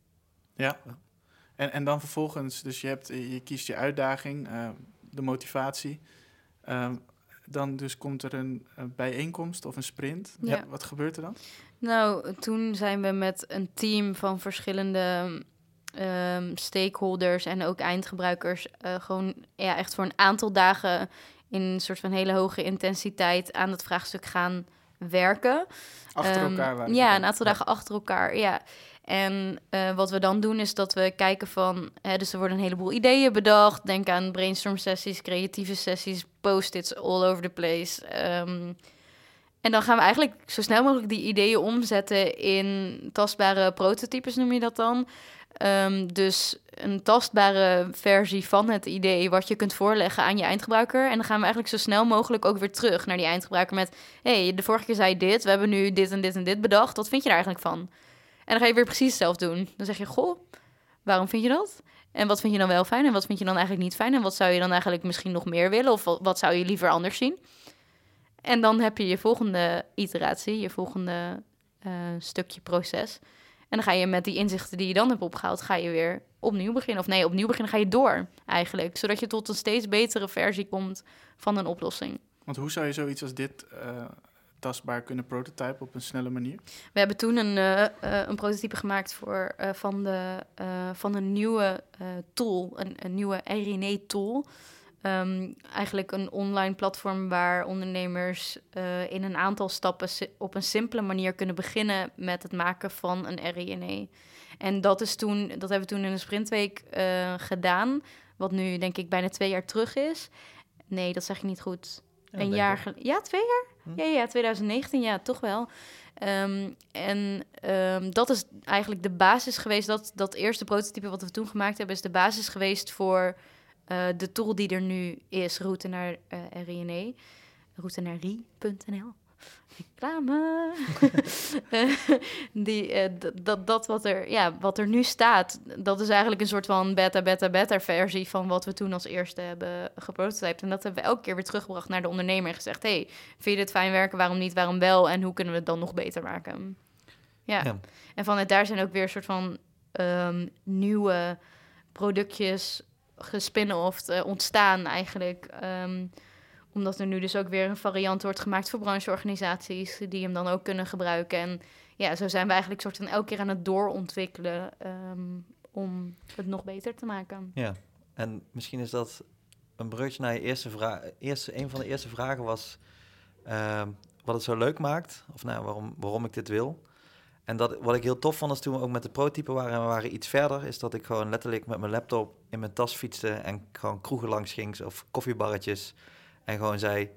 Ja, en, en dan vervolgens, dus je, hebt, je kiest je uitdaging, uh, de motivatie. Um, dan dus komt er een, een bijeenkomst of een sprint. Ja. Wat gebeurt er dan? Nou, toen zijn we met een team van verschillende um, stakeholders en ook eindgebruikers uh, gewoon ja, echt voor een aantal dagen in een soort van hele hoge intensiteit aan het vraagstuk gaan werken. Achter Um, elkaar waren Ja, die een aantal dagen achter elkaar, ja. En uh, wat we dan doen is dat we kijken van... Hè, dus er worden een heleboel ideeën bedacht. Denk aan brainstorm sessies, creatieve sessies, post-its all over the place. Um, en dan gaan we eigenlijk zo snel mogelijk die ideeën omzetten in tastbare prototypes, noem je dat dan. Um, dus een tastbare versie van het idee wat je kunt voorleggen aan je eindgebruiker. En dan gaan we eigenlijk zo snel mogelijk ook weer terug naar die eindgebruiker met... hey, de vorige keer zei je dit, we hebben nu dit en dit en dit bedacht. Wat vind je daar eigenlijk van? En dan ga je weer precies hetzelfde doen. Dan zeg je, goh, waarom vind je dat? En wat vind je dan wel fijn en wat vind je dan eigenlijk niet fijn? En wat zou je dan eigenlijk misschien nog meer willen? Of wat zou je liever anders zien? En dan heb je je volgende iteratie, je volgende uh, stukje proces. En dan ga je met die inzichten die je dan hebt opgehaald, ga je weer opnieuw beginnen. Of nee, opnieuw beginnen ga je door eigenlijk. Zodat je tot een steeds betere versie komt van een oplossing. Want hoe zou je zoiets als dit uh, tastbaar kunnen prototypen op een snelle manier? We hebben toen een, uh, uh, een prototype gemaakt voor, uh, van, de, uh, van een nieuwe uh, tool, een, een nieuwe R N A-tool. Um, eigenlijk een online platform waar ondernemers uh, in een aantal stappen si- op een simpele manier kunnen beginnen met het maken van een R N A. En dat is toen, dat hebben we toen in een sprintweek uh, gedaan, wat nu denk ik bijna twee jaar terug is. Nee, dat zeg ik niet goed. Ja, een jaar geleden. Ja, twee jaar? Hm? Ja, ja, twintig negentien, ja, toch wel. Um, en um, dat is eigenlijk de basis geweest, dat, dat eerste prototype wat we toen gemaakt hebben, is de basis geweest voor uh, de tool die er nu is, route naar uh, R N A, route naar R I punt N L. Reclame. die, uh, d- dat, dat wat er, ja, wat er nu staat, dat is eigenlijk een soort van beta, beta, beta versie van wat we toen als eerste hebben geprototyped. En dat hebben we elke keer weer teruggebracht naar de ondernemer en gezegd, hey, vind je dit fijn werken? Waarom niet? Waarom wel? En hoe kunnen we het dan nog beter maken? Ja. ja. En vanuit daar zijn ook weer een soort van um, nieuwe productjes gespin-offed, uh, ontstaan eigenlijk. Um, Omdat er nu dus ook weer een variant wordt gemaakt voor brancheorganisaties die hem dan ook kunnen gebruiken. En ja, zo zijn we eigenlijk soort van elke keer aan het doorontwikkelen um, om het nog beter te maken. Ja, en misschien is dat een bruggetje naar je eerste vraag. Eerste, een van de eerste vragen was uh, wat het zo leuk maakt. Of nou, waarom, waarom ik dit wil. En dat, wat ik heel tof vond is toen we ook met de prototype waren en we waren iets verder, is dat ik gewoon letterlijk met mijn laptop in mijn tas fietste en gewoon kroegen langs ging of koffiebarretjes. En gewoon zei,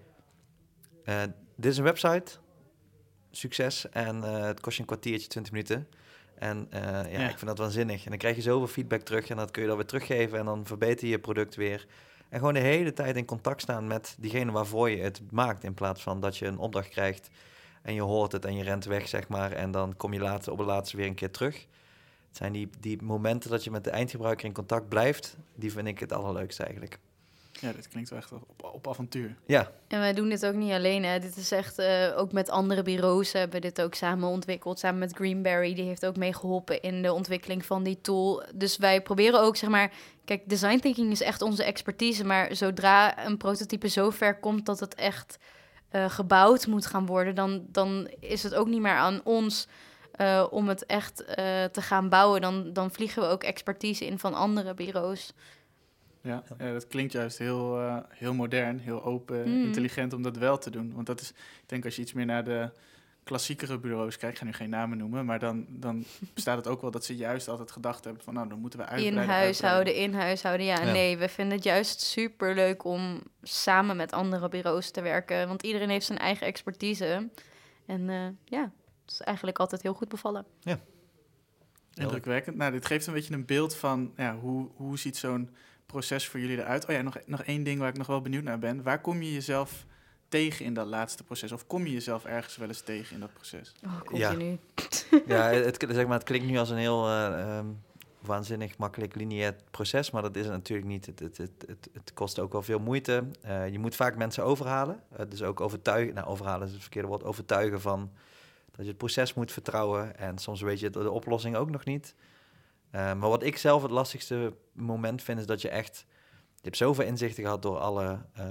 uh, dit is een website, succes, en uh, het kost je een kwartiertje, twintig minuten. En uh, ja, ja, ik vind dat waanzinnig. En dan krijg je zoveel feedback terug en dat kun je dan weer teruggeven en dan verbeter je je product weer. En gewoon de hele tijd in contact staan met diegene waarvoor je het maakt, in plaats van dat je een opdracht krijgt en je hoort het en je rent weg, zeg maar, en dan kom je later op het laatste weer een keer terug. Het zijn die, die momenten dat je met de eindgebruiker in contact blijft, die vind ik het allerleukste eigenlijk. Ja, dit klinkt wel echt op, op avontuur. Ja. En wij doen dit ook niet alleen, hè. Dit is echt, uh, ook met andere bureaus hebben we dit ook samen ontwikkeld. Samen met Greenberry, die heeft ook meegeholpen in de ontwikkeling van die tool. Dus wij proberen ook, zeg maar... Kijk, design thinking is echt onze expertise, maar zodra een prototype zo ver komt dat het echt uh, gebouwd moet gaan worden, dan, dan is het ook niet meer aan ons uh, om het echt uh, te gaan bouwen. Dan, dan vliegen we ook expertise in van andere bureaus. Ja, ja, dat klinkt juist heel, uh, heel modern, heel open, mm. intelligent om dat wel te doen. Want dat is, ik denk als je iets meer naar de klassiekere bureaus kijkt, ik ga nu geen namen noemen, maar dan, dan bestaat het ook wel dat ze juist altijd gedacht hebben van, nou, dan moeten we uitbreiden. In huishouden, in huishouden, ja, ja. Nee, we vinden het juist superleuk om samen met andere bureaus te werken, want iedereen heeft zijn eigen expertise. En uh, ja, het is eigenlijk altijd heel goed bevallen. Ja. Indrukwekkend. Nou, dit geeft een beetje een beeld van, ja, hoe, hoe ziet zo'n proces voor jullie eruit? Oh ja, nog, nog één ding waar ik nog wel benieuwd naar ben. Waar kom je jezelf tegen in dat laatste proces? Of kom je jezelf ergens wel eens tegen in dat proces? Oh, continu. Ja, ja het, zeg maar, het klinkt nu als een heel uh, um, waanzinnig makkelijk lineair proces, maar dat is het natuurlijk niet. Het, het, het, het, het kost ook wel veel moeite. Uh, je moet vaak mensen overhalen. Uh, dus ook overtuigen, nou overhalen is het verkeerde woord, overtuigen van dat je het proces moet vertrouwen. En soms weet je de, de oplossing ook nog niet. Uh, maar wat ik zelf het lastigste moment vind, is dat je echt... Je hebt zoveel inzichten gehad door alle um,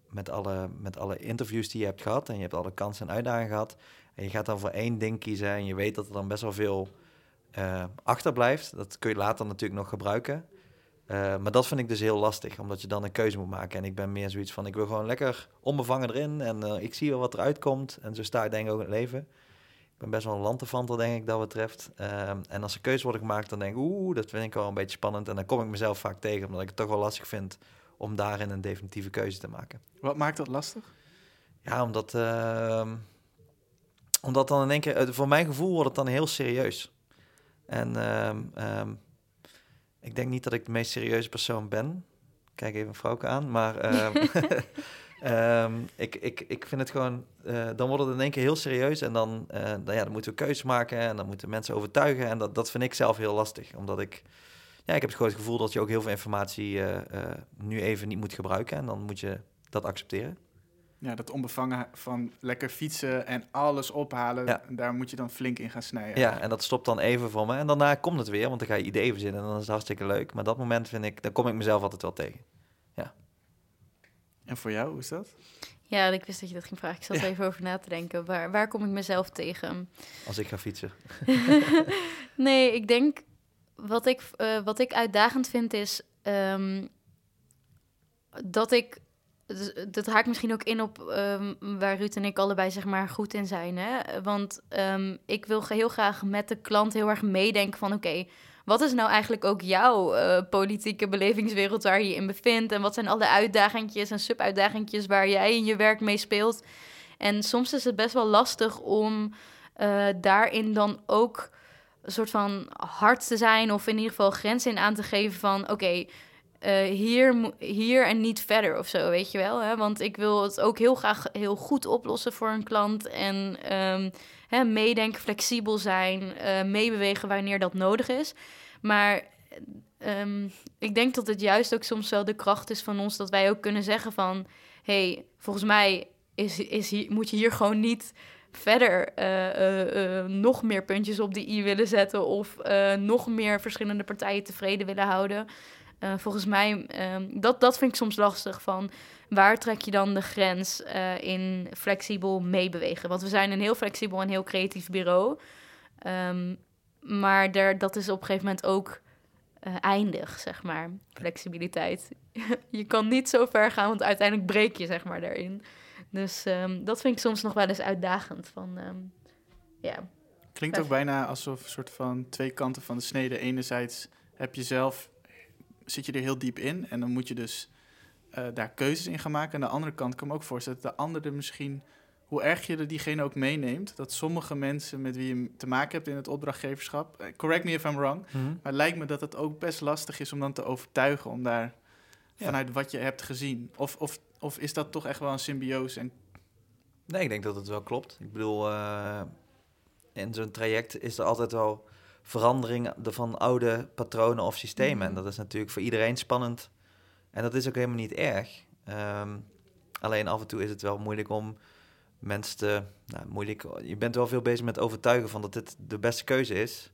met alle, met alle interviews die je hebt gehad en je hebt alle kansen en uitdagingen gehad en je gaat dan voor één ding kiezen en je weet dat er dan best wel veel uh, achterblijft. Dat kun je later natuurlijk nog gebruiken. Uh, maar dat vind ik dus heel lastig, omdat je dan een keuze moet maken. En ik ben meer zoiets van, ik wil gewoon lekker onbevangen erin en uh, ik zie wel wat eruit komt. En zo sta ik denk ik ook in het leven. Ik ben best wel een lanterfanter, denk ik, dat betreft. Uh, en als er keuzes worden gemaakt, dan denk ik, oeh, dat vind ik wel een beetje spannend. En dan kom ik mezelf vaak tegen, omdat ik het toch wel lastig vind om daarin een definitieve keuze te maken. Wat maakt dat lastig? Ja, omdat, uh, omdat dan in één keer, voor mijn gevoel wordt het dan heel serieus. En uh, um, ik denk niet dat ik de meest serieuze persoon ben. Kijk even Frauke aan, maar uh, um, ik, ik, ik vind het gewoon, uh, dan wordt het in één keer heel serieus en dan, uh, dan, ja, dan moeten we keuzes maken en dan moeten mensen overtuigen en dat, dat vind ik zelf heel lastig, omdat ik, ja, ik heb gewoon het gevoel dat je ook heel veel informatie uh, uh, nu even niet moet gebruiken en dan moet je dat accepteren. Ja, dat onbevangen van lekker fietsen en alles ophalen, ja. Daar moet je dan flink in gaan snijden. Ja, en dat stopt dan even voor me. En daarna komt het weer, want dan ga je ideeën verzinnen en dan is het hartstikke leuk. Maar dat moment vind ik, dan kom ik mezelf altijd wel tegen. Ja. En voor jou, hoe is dat? Ja, ik wist dat je dat ging vragen. Ik zat ja. er even over na te denken. Waar, waar kom ik mezelf tegen? Als ik ga fietsen. Nee, ik denk, wat ik, uh, wat ik uitdagend vind is um, dat ik... Dat haakt misschien ook in op um, waar Ruud en ik allebei zeg maar goed in zijn. Hè? Want um, ik wil heel graag met de klant heel erg meedenken van... oké, okay, wat is nou eigenlijk ook jouw uh, politieke belevingswereld waar je je in bevindt? En wat zijn alle uitdagingjes en subuitdagingjes waar jij in je werk mee speelt? En soms is het best wel lastig om uh, daarin dan ook een soort van hard te zijn... of in ieder geval grenzen in aan te geven van... oké. Okay, Uh, hier, hier en niet verder of zo, weet je wel. Hè? Want ik wil het ook heel graag heel goed oplossen voor een klant. En um, hè, meedenken, flexibel zijn, uh, meebewegen wanneer dat nodig is. Maar um, ik denk dat het juist ook soms wel de kracht is van ons... dat wij ook kunnen zeggen van... hé, hey, volgens mij is, is hier, moet je hier gewoon niet... verder uh, uh, uh, nog meer puntjes op de i willen zetten... of uh, nog meer verschillende partijen tevreden willen houden... Uh, volgens mij, um, dat, dat vind ik soms lastig van... waar trek je dan de grens uh, in flexibel meebewegen? Want we zijn een heel flexibel en heel creatief bureau. Um, maar der, dat is op een gegeven moment ook uh, eindig, zeg maar. Flexibiliteit. Je kan niet zo ver gaan, want uiteindelijk breek je, zeg maar, daarin. Dus um, dat vind ik soms nog wel eens uitdagend. Van, um, yeah. Klinkt ook bijna alsof een soort van twee kanten van de snede. Enerzijds heb je zelf... zit je er heel diep in en dan moet je dus uh, daar keuzes in gaan maken. Aan de andere kant kan ik me ook voorstellen dat de andere misschien... hoe erg je er diegene ook meeneemt... dat sommige mensen met wie je te maken hebt in het opdrachtgeverschap... Uh, correct me if I'm wrong... Mm-hmm. maar het lijkt me dat het ook best lastig is om dan te overtuigen... om daar ja. vanuit wat je hebt gezien. Of, of, of is dat toch echt wel een symbiose? En... Nee, ik denk dat het wel klopt. Ik bedoel, uh, in zo'n traject is er altijd wel... verandering van oude patronen of systemen. Mm-hmm. En dat is natuurlijk voor iedereen spannend. En dat is ook helemaal niet erg. Um, alleen af en toe is het wel moeilijk om mensen te... Nou, moeilijk, je bent wel veel bezig met overtuigen van dat dit de beste keuze is.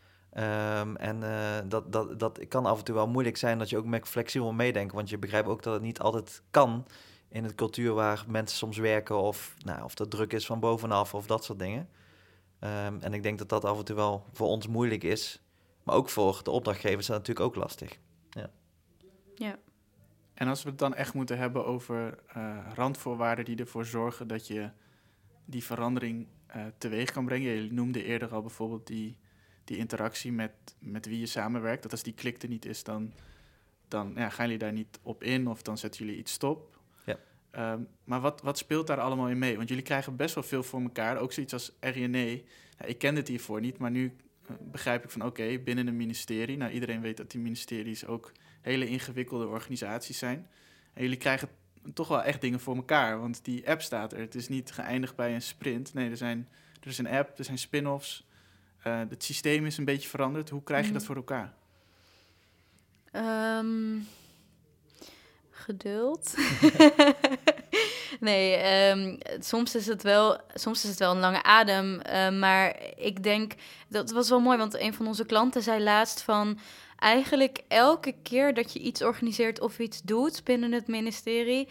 Um, en uh, dat, dat, dat kan af en toe wel moeilijk zijn dat je ook met flexibel meedenken. Want je begrijpt ook dat het niet altijd kan in een cultuur waar mensen soms werken... of, nou, of er druk is van bovenaf of dat soort dingen. Um, en ik denk dat dat af en toe wel voor ons moeilijk is. Maar ook voor de opdrachtgevers is dat natuurlijk ook lastig. Ja. Ja. En als we het dan echt moeten hebben over uh, randvoorwaarden die ervoor zorgen dat je die verandering uh, teweeg kan brengen. Je noemde eerder al bijvoorbeeld die, die interactie met, met wie je samenwerkt. Dat als die klik er niet is, dan, dan ja, gaan jullie daar niet op in of dan zetten jullie iets stop. Ja. Um, maar wat, wat speelt daar allemaal in mee? Want jullie krijgen best wel veel voor elkaar. Ook zoiets als R I N E. Ja, ik kende het hiervoor niet, maar nu uh, begrijp ik van oké, okay, binnen een ministerie. Nou, iedereen weet dat die ministeries ook hele ingewikkelde organisaties zijn. En jullie krijgen toch wel echt dingen voor elkaar. Want die app staat er. Het is niet geëindigd bij een sprint. Nee, er, zijn, er is een app, er zijn spin-offs. Uh, het systeem is een beetje veranderd. Hoe krijg je dat voor elkaar? Um, geduld. nee, um, soms is het wel, soms is het wel een lange adem. Uh, maar ik denk, dat was wel mooi, want een van onze klanten zei laatst van... eigenlijk elke keer dat je iets organiseert of iets doet binnen het ministerie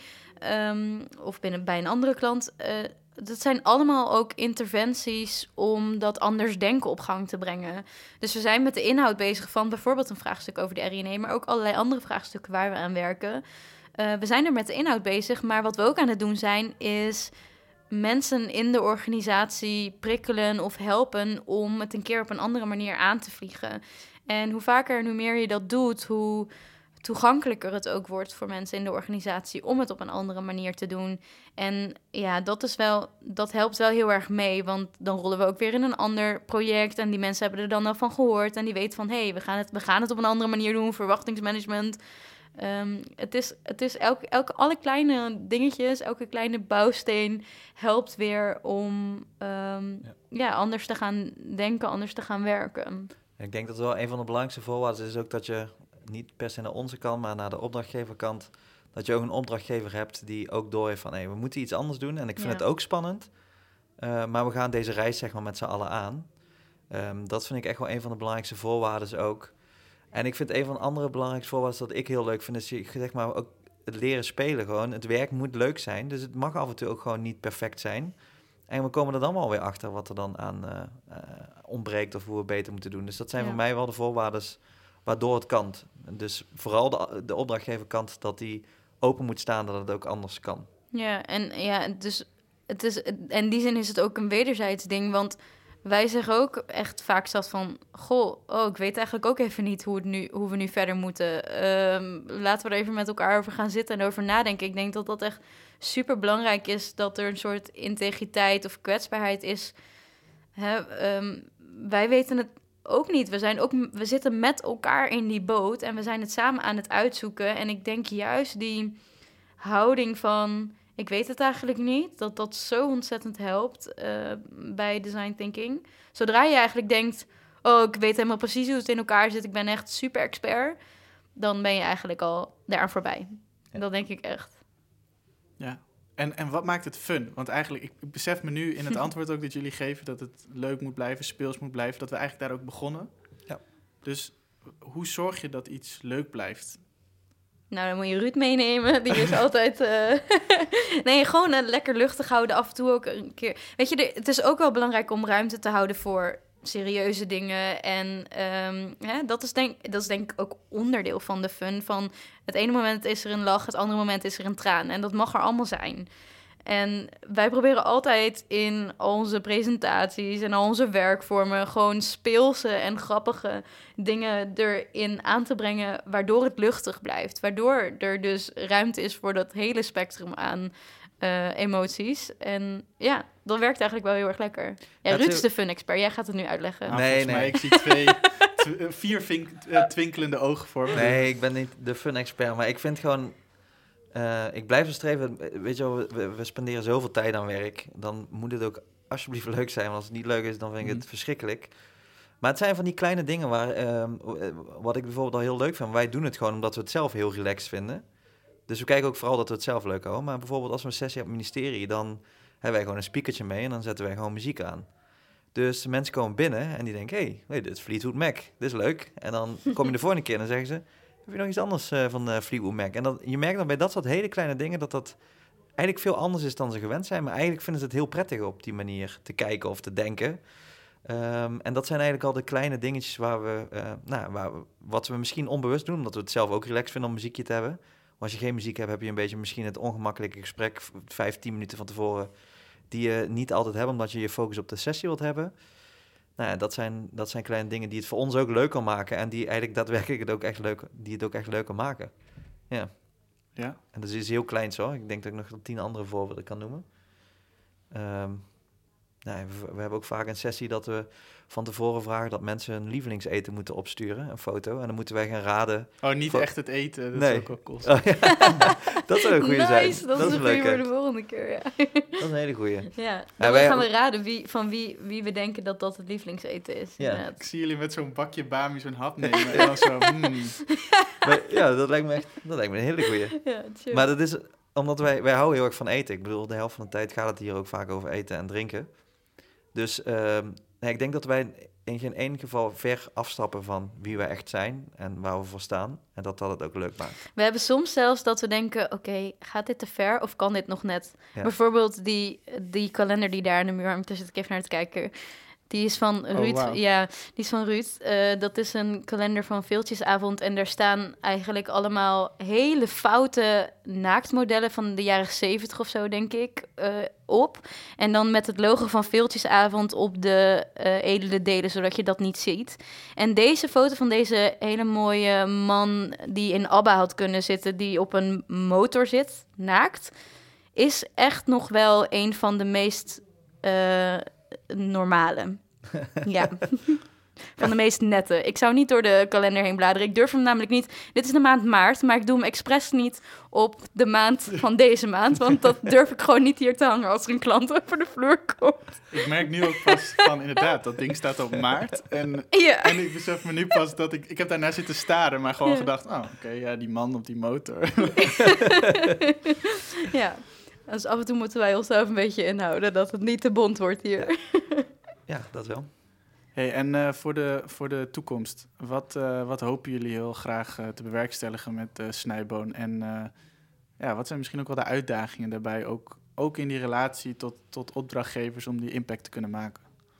um, of binnen bij een andere klant, uh, dat zijn allemaal ook interventies om dat anders denken op gang te brengen. Dus we zijn met de inhoud bezig van bijvoorbeeld een vraagstuk over de R I N E, maar ook allerlei andere vraagstukken waar we aan werken. Uh, we zijn er met de inhoud bezig, maar wat we ook aan het doen zijn, is mensen in de organisatie prikkelen of helpen om het een keer op een andere manier aan te vliegen. En hoe vaker en hoe meer je dat doet, hoe toegankelijker het ook wordt voor mensen in de organisatie om het op een andere manier te doen. En ja, dat is wel, dat helpt wel heel erg mee, want dan rollen we ook weer in een ander project en die mensen hebben er dan al van gehoord en die weten van, hé, hey, we gaan het, we gaan het op een andere manier doen, verwachtingsmanagement. Um, het is, het is elke, elke, alle kleine dingetjes, elke kleine bouwsteen helpt weer om um, ja. Ja, anders te gaan denken, anders te gaan werken. Ik denk dat wel een van de belangrijkste voorwaarden is ook dat je niet per se naar onze kant, maar naar de opdrachtgeverkant, dat je ook een opdrachtgever hebt die ook doorheeft van, hé, hey, we moeten iets anders doen. En ik vind ja. het ook spannend, uh, maar we gaan deze reis zeg maar met z'n allen aan. Um, dat vind ik echt wel een van de belangrijkste voorwaarden ook. En ik vind een van de andere belangrijkste voorwaarden dat ik heel leuk vind, is je, zeg maar ook het leren spelen gewoon. Het werk moet leuk zijn, dus het mag af en toe ook gewoon niet perfect zijn. En we komen er dan wel weer achter wat er dan aan uh, uh, ontbreekt of hoe we beter moeten doen. Dus dat zijn ja. voor mij wel de voorwaarden waardoor het kan. Dus vooral de, de opdrachtgeverkant, dat die open moet staan, dat het ook anders kan. Ja, en ja, dus het is, in die zin is het ook een wederzijds ding, want wij zeggen ook echt vaak zelfs van, goh, oh, ik weet eigenlijk ook even niet hoe, het nu, hoe we nu verder moeten. Um, laten we er even met elkaar over gaan zitten en over nadenken. Ik denk dat dat echt super belangrijk is, dat er een soort integriteit of kwetsbaarheid is. Hè, um, wij weten het ook niet. We, zijn ook, we zitten met elkaar in die boot en we zijn het samen aan het uitzoeken. En ik denk juist die houding van, ik weet het eigenlijk niet, dat dat zo ontzettend helpt uh, bij design thinking. Zodra je eigenlijk denkt, oh, ik weet helemaal precies hoe het in elkaar zit, ik ben echt super expert, dan ben je eigenlijk al daaraan voorbij. Ja. Dat denk ik echt. Ja, en, en wat maakt het fun? Want eigenlijk, ik besef me nu in het antwoord ook dat jullie geven, dat het leuk moet blijven, speels moet blijven, dat we eigenlijk daar ook begonnen. Ja. Dus hoe zorg je dat iets leuk blijft? Nou, dan moet je Ruud meenemen. Die is altijd... Uh... nee, gewoon uh, lekker luchtig houden. Af en toe ook een keer... Weet je, de, het is ook wel belangrijk om ruimte te houden voor serieuze dingen. En um, hè, dat, is denk, dat is denk ik ook onderdeel van de fun. Van het ene moment is er een lach, het andere moment is er een traan. En dat mag er allemaal zijn. En wij proberen altijd in onze presentaties en al onze werkvormen gewoon speelse en grappige dingen erin aan te brengen, waardoor het luchtig blijft. Waardoor er dus ruimte is voor dat hele spectrum aan uh, emoties. En ja, dat werkt eigenlijk wel heel erg lekker. Ja, ja Ruud is de fun-expert. Jij gaat het nu uitleggen. Nou, nee, nee. Mij, ik zie twee, tw- vier vink, uh, twinkelende ogen voor me. Nee, ik ben niet de fun-expert, maar ik vind gewoon... Uh, ik blijf er streven, weet je wel, we, we spenderen zoveel tijd aan werk. Dan moet het ook alsjeblieft leuk zijn, want als het niet leuk is, dan vind ik het mm. verschrikkelijk. Maar het zijn van die kleine dingen waar, uh, wat ik bijvoorbeeld al heel leuk vind. Wij doen het gewoon omdat we het zelf heel relaxed vinden. Dus we kijken ook vooral dat we het zelf leuk houden. Maar bijvoorbeeld als we een sessie hebben op het ministerie, dan hebben wij gewoon een speakertje mee en dan zetten wij gewoon muziek aan. Dus de mensen komen binnen en die denken, hé, hey, dit is Fleetwood Mac, dit is leuk. En dan kom je de volgende keer en dan zeggen ze, heb je nog iets anders uh, van uh, Fleetwood Mac? En dat, je merkt dan bij dat soort hele kleine dingen dat dat eigenlijk veel anders is dan ze gewend zijn. Maar eigenlijk vinden ze het heel prettig op die manier te kijken of te denken. Um, en dat zijn eigenlijk al de kleine dingetjes waar we, uh, nou, waar we, wat we misschien onbewust doen, omdat we het zelf ook relaxed vinden om muziekje te hebben. Maar als je geen muziek hebt, heb je een beetje misschien het ongemakkelijke gesprek, vijf, tien minuten van tevoren, die je niet altijd hebt, omdat je je focus op de sessie wilt hebben. Nou ja, dat zijn, dat zijn kleine dingen die het voor ons ook leuk kan maken en die eigenlijk daadwerkelijk het ook echt leuk, die het ook echt leuk kan maken. Ja. Ja. En dat is heel klein zo. Ik denk dat ik nog tien andere voorbeelden kan noemen. Um, nou, we, we hebben ook vaak een sessie dat we van tevoren vragen dat mensen hun lievelingseten moeten opsturen, een foto. En dan moeten wij gaan raden. Oh, niet voor... echt het eten. Dat nee. is ook wel kost. Oh, ja. Dat zou een goede nice, zijn. Dat, dat is een goede voor de volgende keer, ja. Dat is een hele goeie. Ja, dan ja, wij gaan we raden wie, van wie, wie we denken dat dat het lievelingseten is. Ja. Ik zie jullie met zo'n bakje bami zo'n hap nemen en dan zo... Mm. Maar, ja, dat lijkt me echt dat lijkt me een hele goeie. Ja, maar dat is omdat wij, wij houden heel erg van eten. Ik bedoel, de helft van de tijd gaat het hier ook vaak over eten en drinken. Dus uh, nee, ik denk dat wij in geen één geval ver afstappen van wie wij echt zijn en waar we voor staan. En dat dat het ook leuk maakt. We hebben soms zelfs dat we denken, oké, okay, gaat dit te ver of kan dit nog net? Ja. Bijvoorbeeld die, die kalender die daar aan de muur hangt, daar zit ik even naar te kijken. Die is van Ruud. Oh, wow. Ja, die is van Ruud. Uh, dat is een kalender van Veeltjesavond. En daar staan eigenlijk allemaal hele foute naaktmodellen van de jaren zeventig of zo, denk ik, uh, op. En dan met het logo van Veeltjesavond op de uh, edele delen, zodat je dat niet ziet. En deze foto van deze hele mooie man die in ABBA had kunnen zitten, die op een motor zit, naakt, is echt nog wel een van de meest Uh, normale. Ja. Van de meest nette. Ik zou niet door de kalender heen bladeren. Ik durf hem namelijk niet. Dit is de maand maart, maar ik doe hem expres niet op de maand van deze maand. Want dat durf ik gewoon niet hier te hangen als er een klant over de vloer komt. Ik merk nu ook pas van, inderdaad, dat ding staat op maart. En, ja. en ik besef me nu pas dat ik... Ik heb daarnaar zitten staren, maar gewoon ja. gedacht... Oh, oké, okay, ja, die man op die motor. Ja. Dus af en toe moeten wij onszelf een beetje inhouden, dat het niet te bont wordt hier. Ja, ja dat wel. Hey, en uh, voor, de, voor de toekomst, wat, uh, wat hopen jullie heel graag uh, te bewerkstelligen met uh, Snijboon? En uh, ja, wat zijn misschien ook wel de uitdagingen daarbij, ook, ook in die relatie tot, tot opdrachtgevers om die impact te kunnen maken?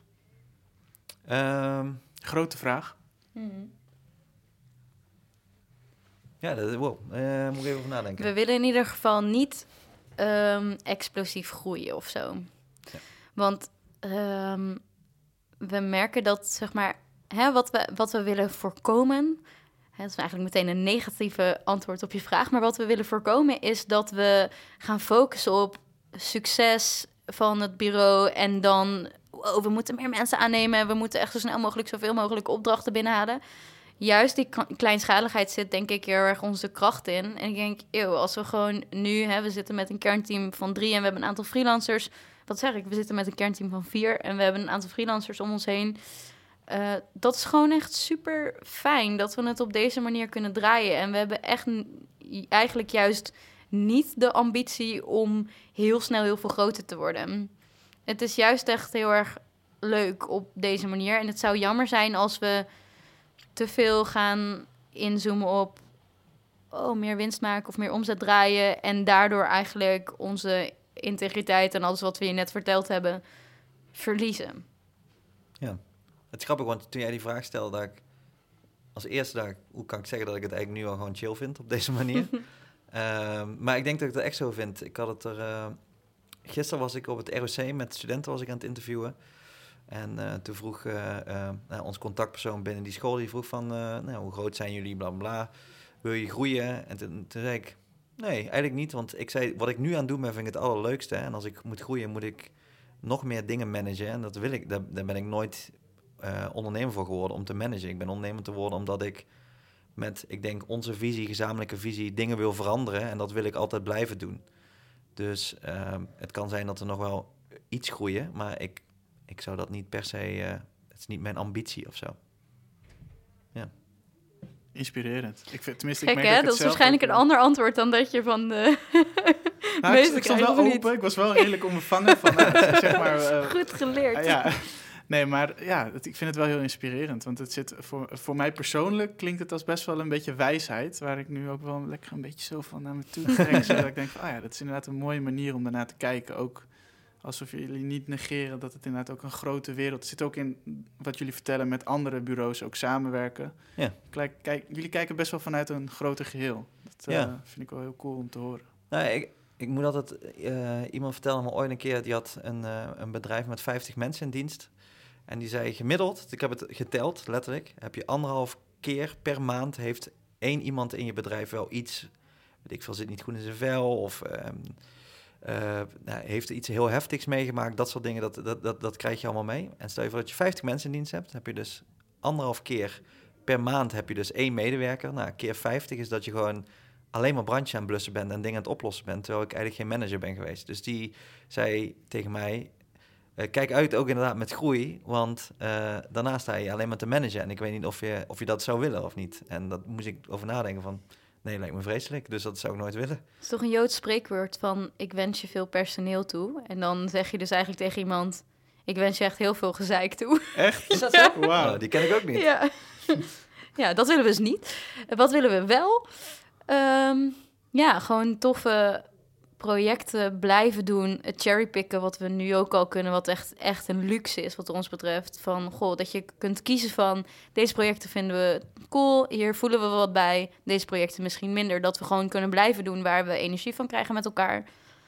Um, Grote vraag. Mm-hmm. Ja, dat, wow, uh, moet ik even over nadenken. We willen in ieder geval niet um, explosief groeien of zo. Ja. Want um, we merken dat, zeg maar, hè, wat, we, wat we willen voorkomen... Hè, dat is eigenlijk meteen een negatieve antwoord op je vraag... maar wat we willen voorkomen is dat we gaan focussen op succes van het bureau... en dan, wow, we moeten meer mensen aannemen... we moeten echt zo snel mogelijk zoveel mogelijk opdrachten binnenhalen... Juist die kleinschaligheid zit denk ik heel erg onze kracht in. En ik denk, eeuw, als we gewoon nu... Hè, we zitten met een kernteam van drie en we hebben een aantal freelancers. Wat zeg ik? We zitten met een kernteam van vier en we hebben een aantal freelancers om ons heen. Uh, dat is gewoon echt super fijn dat we het op deze manier kunnen draaien. En we hebben echt n- eigenlijk juist niet de ambitie om heel snel heel veel groter te worden. Het is juist echt heel erg leuk op deze manier. En het zou jammer zijn als we... te veel gaan inzoomen op oh, meer winst maken of meer omzet draaien... en daardoor eigenlijk onze integriteit en alles wat we je net verteld hebben verliezen. Ja, het is grappig, want toen jij die vraag stelde... dat ik als eerste dacht, hoe kan ik zeggen dat ik het eigenlijk nu al gewoon chill vind op deze manier? uh, maar ik denk dat ik dat echt zo vind. Ik had het er... Uh, gisteren was ik op het R O C met studenten was ik aan het interviewen... En uh, toen vroeg uh, uh, nou, ons contactpersoon binnen die school... die vroeg van, uh, nou, hoe groot zijn jullie, bla, bla, wil je groeien? En toen, toen zei ik, nee, eigenlijk niet. Want ik zei, wat ik nu aan het doen ben, vind ik het allerleukste. Hè? En als ik moet groeien, moet ik nog meer dingen managen. En dat wil ik, daar, daar ben ik nooit uh, ondernemer voor geworden om te managen. Ik ben ondernemer te worden omdat ik met, ik denk, onze visie, gezamenlijke visie... dingen wil veranderen. En dat wil ik altijd blijven doen. Dus uh, het kan zijn dat we nog wel iets groeien, maar ik... Ik zou dat niet per se... Uh, het is niet mijn ambitie of zo. Ja. Inspirerend. Ik vind, tenminste, Kijk, ik merk hè? dat, Dat is waarschijnlijk ook, een ander antwoord dan dat je van de... nou, ik, ik stond wel open. Niet. Ik was wel redelijk onbevangen van... Uh, zeg maar, uh, goed geleerd. Uh, ja. Nee, maar ja, het, ik vind het wel heel inspirerend. Want het zit voor, voor mij persoonlijk klinkt het als best wel een beetje wijsheid... waar ik nu ook wel lekker een beetje zo van naar me toe trek. Zodat ik denk van, ah ja, dat is inderdaad een mooie manier om daarnaar te kijken. Ook... alsof jullie niet negeren dat het inderdaad ook een grote wereld... Het zit ook in wat jullie vertellen met andere bureaus, ook samenwerken. Ja. Kijk, kijk, jullie kijken best wel vanuit een groter geheel. Dat uh, ja. vind ik wel heel cool om te horen. Nou, ik, ik moet altijd... Uh, iemand vertelde me ooit een keer... die had een, uh, een bedrijf met vijftig mensen in dienst. En die zei gemiddeld, ik heb het geteld, letterlijk... heb je anderhalf keer per maand... heeft één iemand in je bedrijf wel iets... weet ik veel, zit niet goed in zijn vel... of... Um, Uh, nou, heeft er iets heel heftigs meegemaakt, dat soort dingen, dat, dat, dat, dat krijg je allemaal mee. En stel je voor dat je vijftig mensen in dienst hebt, heb je dus anderhalf keer per maand heb je dus één medewerker. Nou, keer vijftig is dat je gewoon alleen maar brandje aan het blussen bent en dingen aan het oplossen bent, terwijl ik eigenlijk geen manager ben geweest. Dus die zei tegen mij, uh, kijk uit ook inderdaad met groei, want uh, daarna sta je alleen maar te managen. En ik weet niet of je, of je dat zou willen of niet. En dat moest ik over nadenken van... Nee, lijkt me vreselijk, dus dat zou ik nooit willen. Het is toch een Joods spreekwoord van... ik wens je veel personeel toe. En dan zeg je dus eigenlijk tegen iemand... ik wens je echt heel veel gezeik toe. Echt? Is dat zo? Wauw. Oh, die ken ik ook niet. Ja. Ja, dat willen we dus niet. Wat willen we wel? Um, ja, gewoon toffe projecten blijven doen. Het cherrypicken, wat we nu ook al kunnen, wat echt, echt een luxe is wat ons betreft. Van, goh, dat je kunt kiezen van, deze projecten vinden we cool, hier voelen we wat bij. Deze projecten misschien minder. Dat we gewoon kunnen blijven doen waar we energie van krijgen met elkaar.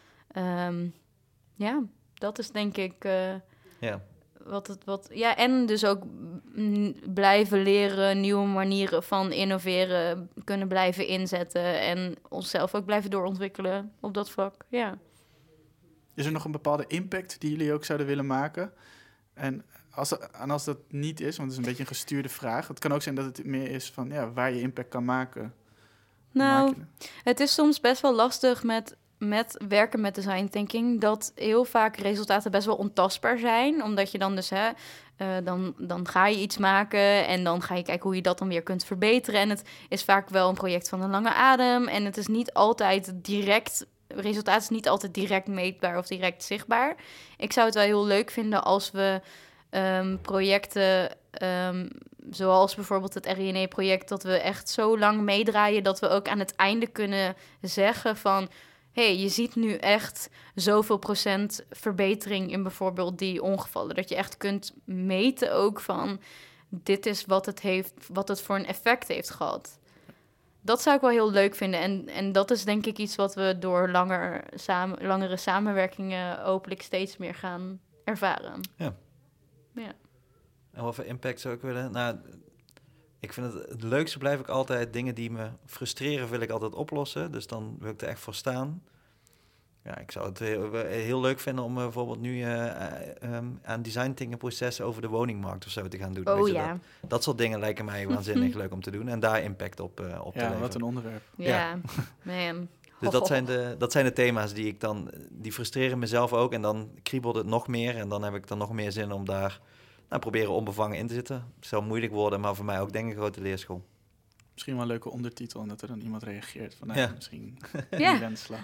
Um, ja, dat is denk ik... Uh, ja. Wat het, wat, ja, en dus ook m, blijven leren, nieuwe manieren van innoveren, kunnen blijven inzetten en onszelf ook blijven doorontwikkelen op dat vlak, ja. Is er nog een bepaalde impact die jullie ook zouden willen maken? En als, en als dat niet is, want het is een beetje een gestuurde vraag, het kan ook zijn dat het meer is van, ja, waar je impact kan maken. Nou, maak je... het is soms best wel lastig met... met werken met design thinking, dat heel vaak resultaten best wel ontastbaar zijn. Omdat je dan dus, hè, uh, dan, dan ga je iets maken en dan ga je kijken hoe je dat dan weer kunt verbeteren. En het is vaak wel een project van een lange adem en het is niet altijd direct, resultaat is niet altijd direct meetbaar of direct zichtbaar. Ik zou het wel heel leuk vinden als we um, projecten... Um, zoals bijvoorbeeld het R I N E-project, dat we echt zo lang meedraaien dat we ook aan het einde kunnen zeggen van... hey, je ziet nu echt zoveel procent verbetering in bijvoorbeeld die ongevallen. Dat je echt kunt meten ook van, dit is wat het heeft, wat het voor een effect heeft gehad. Dat zou ik wel heel leuk vinden. En, en dat is denk ik iets wat we door langer samen, langere samenwerkingen hopelijk steeds meer gaan ervaren. Ja. Ja. En wat voor impact zou ik willen? Nou, ik vind het, het leukste blijf ik altijd, dingen die me frustreren wil ik altijd oplossen. Dus dan wil ik er echt voor staan. Ja, ik zou het heel, heel leuk vinden om uh, bijvoorbeeld nu uh, uh, um, aan design thinking processen over de woningmarkt of zo te gaan doen. Oh Weet ja. Dat, dat soort dingen lijken mij waanzinnig leuk om te doen en daar impact op, uh, op ja, te leveren. wat een onderwerp. Ja, ja. Man. Dus dat zijn, de, dat zijn de thema's die ik dan, die frustreren mezelf ook en dan kriebelt het nog meer en dan heb ik dan nog meer zin om daar, nou, proberen onbevangen in te zitten. Het zal moeilijk worden, maar voor mij ook denk ik een grote leerschool. Misschien wel een leuke ondertitel, omdat er dan iemand reageert. Van, nou, ja. misschien ja. een wensslag.